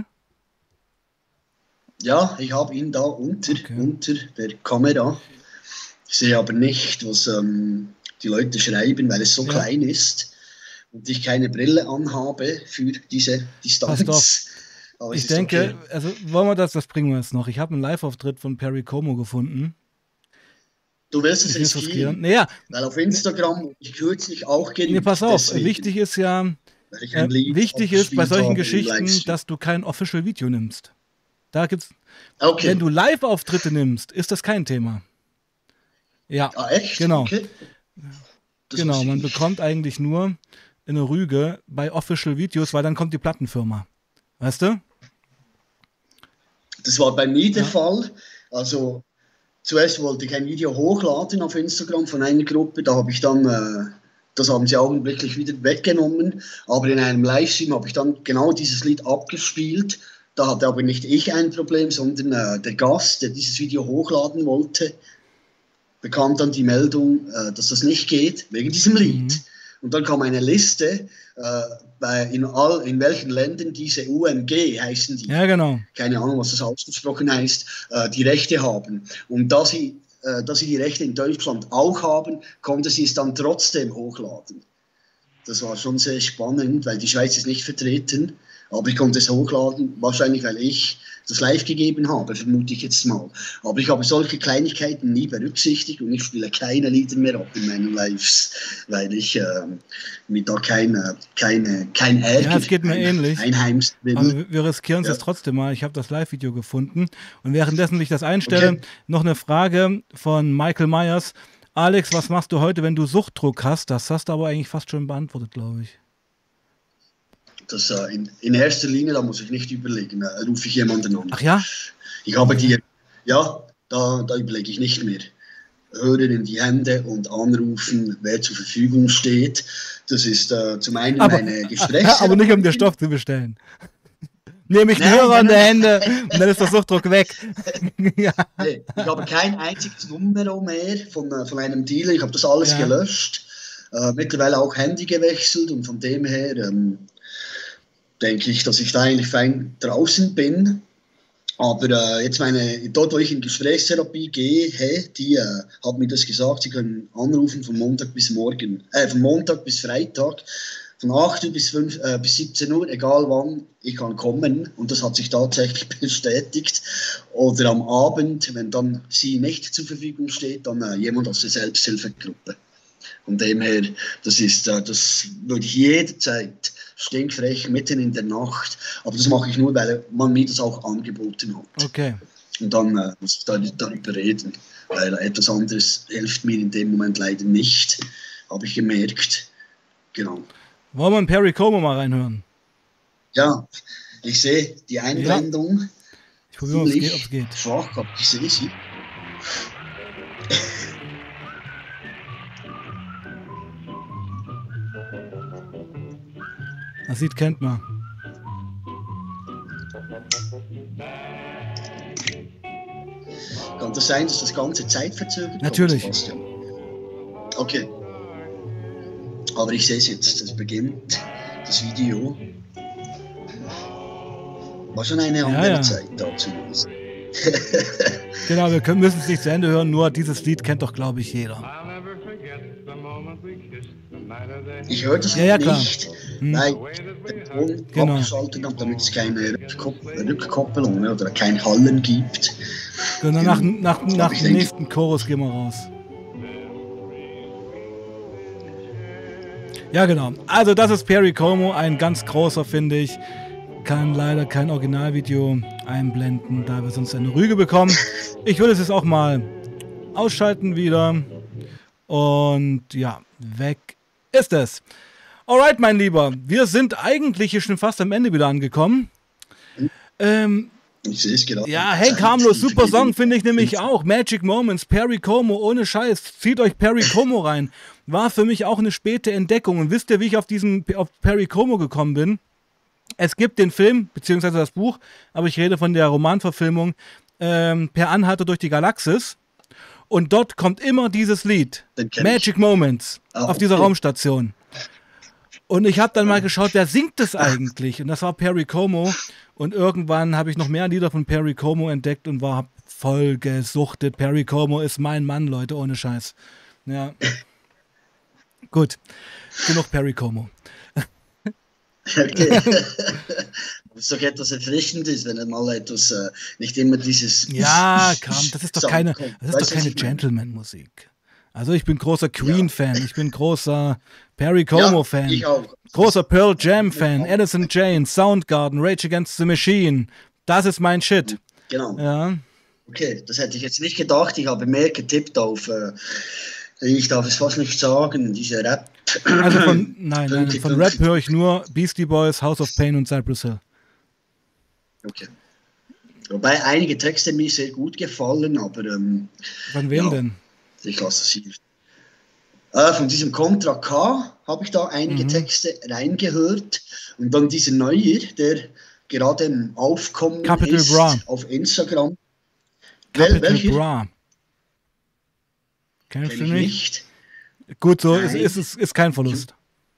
Ja, ich habe ihn da Okay. unter der Kamera. Ich sehe aber nicht, was die Leute schreiben, weil es so Ja, klein ist und ich keine Brille anhabe für diese passt auf. Distanz. Aber es Ich ist denke, okay. also wollen wir das bringen wir jetzt noch. Ich habe einen Live-Auftritt von Perry Como gefunden. Du willst es Ich will es riskieren. riskieren, Naja, weil auf Instagram wurde ich kürzlich auch nee, pass gerügt, auf. deswegen, weil ich ein Lied Wichtig ist bei abgespielt solchen habe im Geschichten, Livestream. dass du kein Official-Video nimmst. Da gibt's, wenn Okay. du Live-Auftritte nimmst, ist das kein Thema. Ja, Ah, echt? genau. Okay. Das Genau, wusste ich man nicht. bekommt eigentlich nur eine Rüge bei Official Videos, weil dann kommt die Plattenfirma. Weißt du? Das war bei mir der Ja. Fall. Also zuerst wollte ich ein Video hochladen auf Instagram von einer Gruppe, da habe ich dann, das haben sie augenblicklich wieder weggenommen, aber in einem Livestream habe ich dann genau dieses Lied abgespielt. Da hatte aber nicht ich ein Problem, sondern der Gast, der dieses Video hochladen wollte, bekam dann die Meldung, dass das nicht geht, wegen diesem Lied. Mhm. Und dann kam eine Liste, in welchen Ländern diese UMG heißen die, Ja, genau. keine Ahnung, was das ausgesprochen heißt, die Rechte haben. Und da sie die Rechte in Deutschland auch haben, konnte sie es dann trotzdem hochladen. Das war schon sehr spannend, weil die Schweiz ist nicht vertreten, aber ich konnte es hochladen, wahrscheinlich weil ich das live gegeben habe, vermute ich jetzt mal. Aber ich habe solche Kleinigkeiten nie berücksichtigt und ich spiele keine Lieder mehr ab in meinen Lives, weil ich mir da kein Ja, Ärger es geht mir ähnlich. einheimsen will. Aber wir riskieren es Ja, jetzt trotzdem mal. Ich habe das Live-Video gefunden. Und währenddessen ich das einstelle, okay. noch eine Frage von Michael Myers. Alex, was machst du heute, wenn du Suchtdruck hast? Das hast du aber eigentlich fast schon beantwortet, glaube ich. Das, in erster Linie, da muss ich nicht überlegen, rufe ich jemanden an. Ach ja? Ich habe Okay. da überlege ich nicht mehr. Hörer in die Hände und anrufen, wer zur Verfügung steht. Das ist zum einen Aber, meine aber nicht um dir Gesprächstherapeutin. Stoff zu bestellen. Nehme ich den Nein, Hörer nein, in die nein, Hände nein. und dann ist der Suchtdruck weg. Ja. Nee, ich habe kein einziges Nummer mehr von einem Dealer. Ich habe das alles Ja. gelöscht. Mittlerweile auch Handy gewechselt und von dem her denke ich, dass ich da eigentlich fein draußen bin. Aber jetzt dort, wo ich in Gesprächstherapie gehe, die hat mir das gesagt, sie können anrufen von Montag bis von Montag bis Freitag, von 8 Uhr bis 17 Uhr, egal wann, ich kann kommen. Und das hat sich tatsächlich bestätigt. Oder am Abend, wenn dann sie nicht zur Verfügung steht, dann jemand aus der Selbsthilfegruppe. Von dem her, das würde ich jederzeit stinkfrech mitten in der Nacht, aber das mache ich nur, weil man mir das auch angeboten hat. Okay. Und dann muss ich darüber reden, weil etwas anderes hilft mir in dem Moment leider nicht, habe ich gemerkt. Genau. Wollen wir in Perry Como mal reinhören? Ja, ich sehe die Einblendung Ja. Ich probiere mal, ob es ziemlich geht. schwach, aber ich sehe sie. Das Lied kennt man. Kann das sein, dass das Ganze zeitverzögert Natürlich. kommt, Sebastian? Okay. Aber ich sehe es jetzt, es beginnt, das Video. War schon eine andere Zeit dazu. Genau, wir müssen es nicht zu Ende hören, nur dieses Lied kennt doch, glaube ich, jeder. Ich höre das nicht, weil der Ton abgeschaltet habe, damit es keine Rückkoppelung oder kein Hallen gibt. Genau, nach dem nächsten Chorus gehen wir raus. Ja, genau. Also das ist Perry Como, ein ganz großer, finde ich. Kann leider kein Originalvideo einblenden, da wir sonst eine Rüge bekommen. Ich würde es jetzt auch mal ausschalten wieder. Und ja, weg ist es. Alright, mein Lieber. Wir sind eigentlich hier schon fast am Ende wieder angekommen. Ich sehe es gerade. Ja, Hank Harmlos, super Song finde ich nämlich auch. Magic Moments, Perry Como, ohne Scheiß. Zieht euch Perry Como rein. War für mich auch eine späte Entdeckung. Und wisst ihr, wie ich auf Perry Como gekommen bin? Es gibt den Film, beziehungsweise das Buch, aber ich rede von der Romanverfilmung Per Anhalter durch die Galaxis. Und dort kommt immer dieses Lied, Magic Moments, auf dieser Raumstation. Und ich habe dann mal geschaut, wer singt das eigentlich? Und das war Perry Como. Und irgendwann habe ich noch mehr Lieder von Perry Como entdeckt und war voll gesuchtet. Perry Como ist mein Mann, Leute, ohne Scheiß. Ja. Gut, genug Perry Como. Okay. Das ist doch etwas Erfrischendes, wenn er mal etwas, nicht immer dieses... Ja, komm, das ist doch keine Gentleman-Musik. Also ich bin großer Queen-Fan, ich bin großer Perry Como-Fan, ich auch. Großer Pearl Jam-Fan, Alice in Chains, Soundgarden, Rage Against the Machine. Das ist mein Shit. Genau. Ja. Okay, das hätte ich jetzt nicht gedacht. Ich habe mehr getippt auf, ich darf es fast nicht sagen, diese Rap. Also von Rap höre ich nur Beastie Boys, House of Pain und Cypress Hill. Okay. Wobei einige Texte mir sehr gut gefallen, aber... Von wem denn? Ich lasse es hier. Von diesem Contra K habe ich da einige Texte reingehört. Und dann dieser Neue, der gerade im Aufkommen Capital ist Bra. auf Instagram. Capital Bra. Kennst du nicht? Gut, so ist kein Verlust.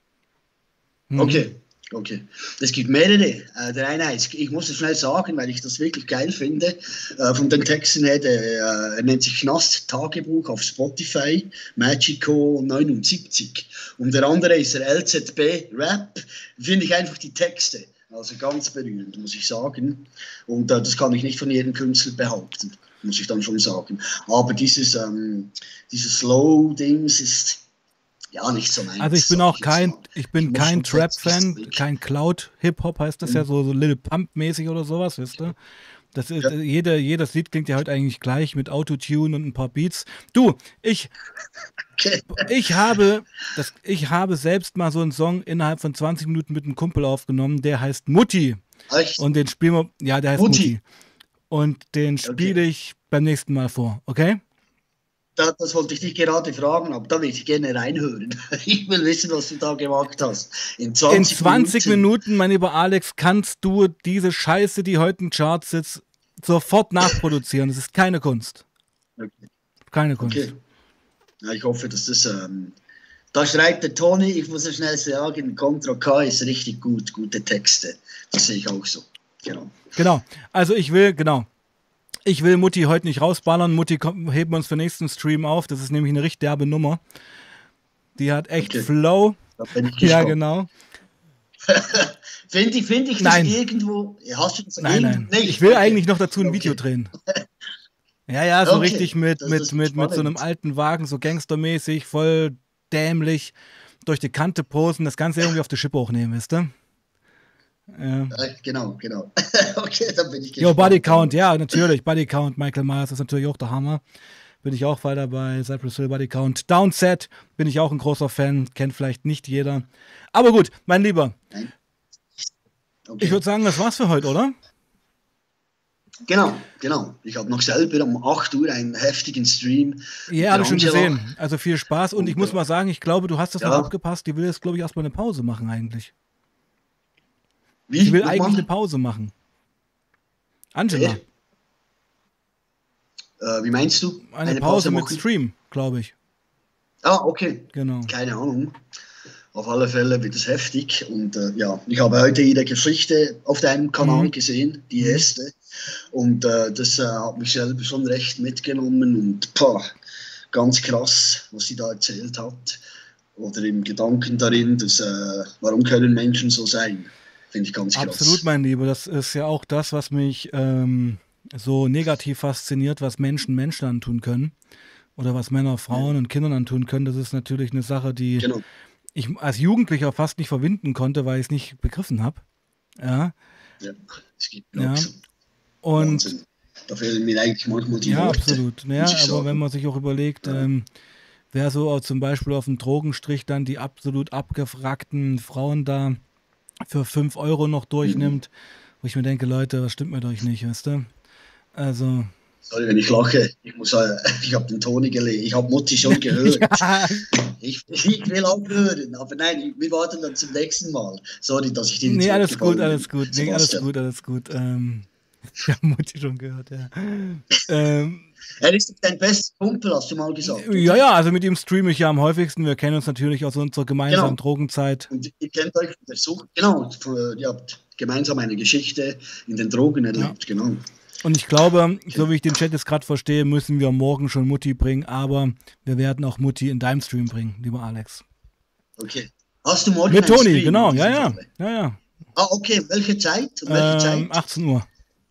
Okay. Es gibt mehrere. Der eine heißt, ich muss es schnell sagen, weil ich das wirklich geil finde, von den Texten her, er nennt sich Knast-Tagebuch auf Spotify, Magico 79. Und der andere ist der LZB Rap, finde ich einfach die Texte, also ganz berührend, muss ich sagen. Und das kann ich nicht von jedem Künstler behaupten, muss ich dann schon sagen. Aber dieses Slow-Dings ist... Ja, nicht so meins. Also ich bin auch kein Trap-Fan, kein Cloud-Hip-Hop heißt das ja, so Lil Pump-mäßig oder sowas, wisst ihr? Das ist, jedes Lied klingt ja heute eigentlich gleich mit Autotune und ein paar Beats. Du, ich habe selbst mal so einen Song innerhalb von 20 Minuten mit einem Kumpel aufgenommen, der heißt Mutti. Echt? Und den spielen wir, ja, der heißt Mutti. Und den spiele ich beim nächsten Mal vor, okay? Das wollte ich dich gerade fragen, aber da will ich gerne reinhören. Ich will wissen, was du da gemacht hast. In 20 Minuten, mein lieber Alex, kannst du diese Scheiße, die heute in Charts sitzt, sofort nachproduzieren. Das ist keine Kunst. Okay. Keine Kunst. Okay. Ja, ich hoffe, dass das... da schreibt der Toni, ich muss ja schnell sagen, Contra K ist richtig gut, gute Texte. Das sehe ich auch so. Genau. Also ich will Mutti heute nicht rausballern. Mutti heben wir uns für den nächsten Stream auf. Das ist nämlich eine richtig derbe Nummer. Die hat echt Flow. Da bin ich ja, genau. Finde ich das irgendwo... Hast du das Nein. Ich will eigentlich noch dazu ein Video drehen. Ja, so richtig mit so einem alten Wagen, so gangstermäßig, voll dämlich, durch die Kante posen, das Ganze irgendwie auf die Schippe hochnehmen, wisst ihr? Ja. Genau. Okay, dann bin ich gespannt. Jo, Bodycount, ja, natürlich. Bodycount, Michael Myers ist natürlich auch der Hammer. Bin ich auch weiter bei Cypress Hill, Bodycount. Downset bin ich auch ein großer Fan, kennt vielleicht nicht jeder. Aber gut, mein Lieber. Okay. Ich würde sagen, das war's für heute, oder? Genau. Ich habe noch selber um 8 Uhr einen heftigen Stream. Ja, habe ich schon gesehen. Also viel Spaß. Und ich muss mal sagen, ich glaube, du hast das noch abgepasst. Die will jetzt, glaube ich, erstmal eine Pause machen eigentlich. Ich will eigentlich eine Pause machen. Angela. Wie meinst du? Eine Pause mit Stream, glaube ich. Ah, okay. Genau. Keine Ahnung. Auf alle Fälle wird es heftig. Und ja, ich habe heute ihre Geschichte auf deinem Kanal gesehen, die erste. Und das hat mich selber schon recht mitgenommen. Und ganz krass, was sie da erzählt hat. Oder im Gedanken darin, dass, warum können Menschen so sein? Finde ich ganz krass. Absolut, mein Lieber. Das ist ja auch das, was mich so negativ fasziniert, was Menschen antun können. Oder was Männer, Frauen und Kindern antun können. Das ist natürlich eine Sache, die ich als Jugendlicher fast nicht verwinden konnte, weil ich es nicht begriffen habe. Ja, es gibt so und Wahnsinn. Da fehlen mir eigentlich manchmal die ja, Worte. absolut. Ja, aber wenn man sich auch überlegt, wer so auch zum Beispiel auf dem Drogenstrich dann die absolut abgewrackten Frauen da für 5 Euro noch durchnimmt, wo ich mir denke, Leute, was stimmt mit euch nicht, weißt du? Also... Sorry, wenn ich lache. Ich habe den Toni gelesen. Ich habe Mutti schon gehört. Ich will auch hören, aber nein, wir warten dann zum nächsten Mal. Sorry, dass ich dir Nee, alles gut. Nee, alles gut. Ich habe Mutti schon gehört, ja. Er ist dein bester Kumpel, hast du mal gesagt. Oder? Ja, also mit ihm streame ich ja am häufigsten. Wir kennen uns natürlich aus unserer gemeinsamen Drogenzeit. Und ihr kennt euch von der Sucht. Genau, ihr habt gemeinsam eine Geschichte in den Drogen erlebt, genau. Und ich glaube, so wie ich den Chat jetzt gerade verstehe, müssen wir morgen schon Mutti bringen, aber wir werden auch Mutti in deinem Stream bringen, lieber Alex. Okay. Hast du morgen mit Toni, Stream? Genau, ja. Ah, okay. Welche Zeit? 18 Uhr.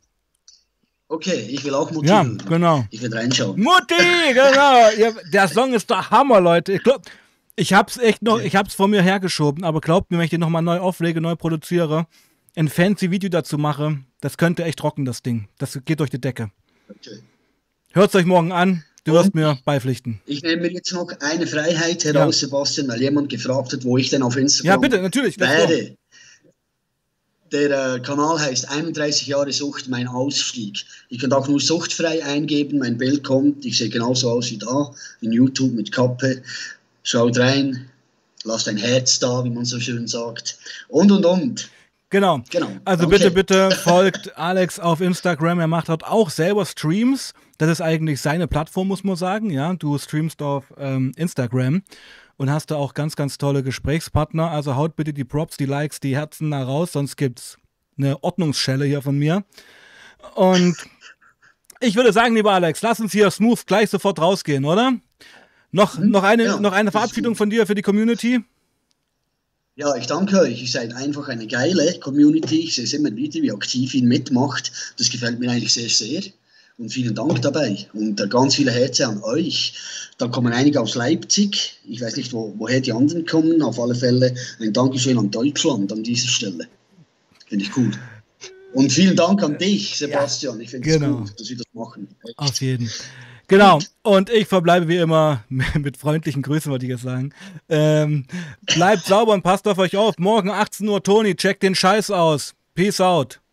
Okay, ich will auch Mutti hören. Genau. Ich will reinschauen. Mutti, genau. Ja, der Song ist der Hammer, Leute. Ich hab's echt noch, ich hab's vor mir hergeschoben, aber glaubt mir, wenn ich den nochmal neu auflege, neu produziere, ein fancy Video dazu mache, das könnte echt rocken, das Ding. Das geht durch die Decke. Okay. Hört's euch morgen an, du wirst mir beipflichten. Ich nehme mir jetzt noch eine Freiheit heraus, Sebastian, weil jemand gefragt hat, wo ich denn auf Instagram Ja, bitte, natürlich. wäre. Der Kanal heißt 31 Jahre Sucht, mein Ausstieg. Ich könnt auch nur suchtfrei eingeben, mein Bild kommt, ich sehe genauso aus wie da, in YouTube mit Kappe. Schaut rein, lasst ein Herz da, wie man so schön sagt. Und. Genau. Also bitte folgt Alex auf Instagram. Er macht dort auch selber Streams. Das ist eigentlich seine Plattform, muss man sagen. Ja, du streamst auf Instagram und hast da auch ganz, ganz tolle Gesprächspartner. Also haut bitte die Props, die Likes, die Herzen da raus, sonst gibt's eine Ordnungsschelle hier von mir. Und ich würde sagen, lieber Alex, lass uns hier smooth gleich sofort rausgehen, oder? Noch eine Verabschiedung von dir für die Community? Ja, ich danke euch. Ihr seid einfach eine geile Community. Ich sehe es immer wieder, wie aktiv ihr mitmacht. Das gefällt mir eigentlich sehr, sehr. Und vielen Dank dabei. Und ganz viele Herzen an euch. Da kommen einige aus Leipzig. Ich weiß nicht, woher die anderen kommen. Auf alle Fälle ein Dankeschön an Deutschland an dieser Stelle. Finde ich cool. Und vielen Dank an dich, Sebastian. Ich finde es gut, dass wir das machen. Echt. Auf jeden Fall. Genau, und ich verbleibe wie immer mit freundlichen Grüßen, wollte ich jetzt sagen. Bleibt sauber und passt auf euch auf. Morgen 18 Uhr, Toni, checkt den Scheiß aus. Peace out.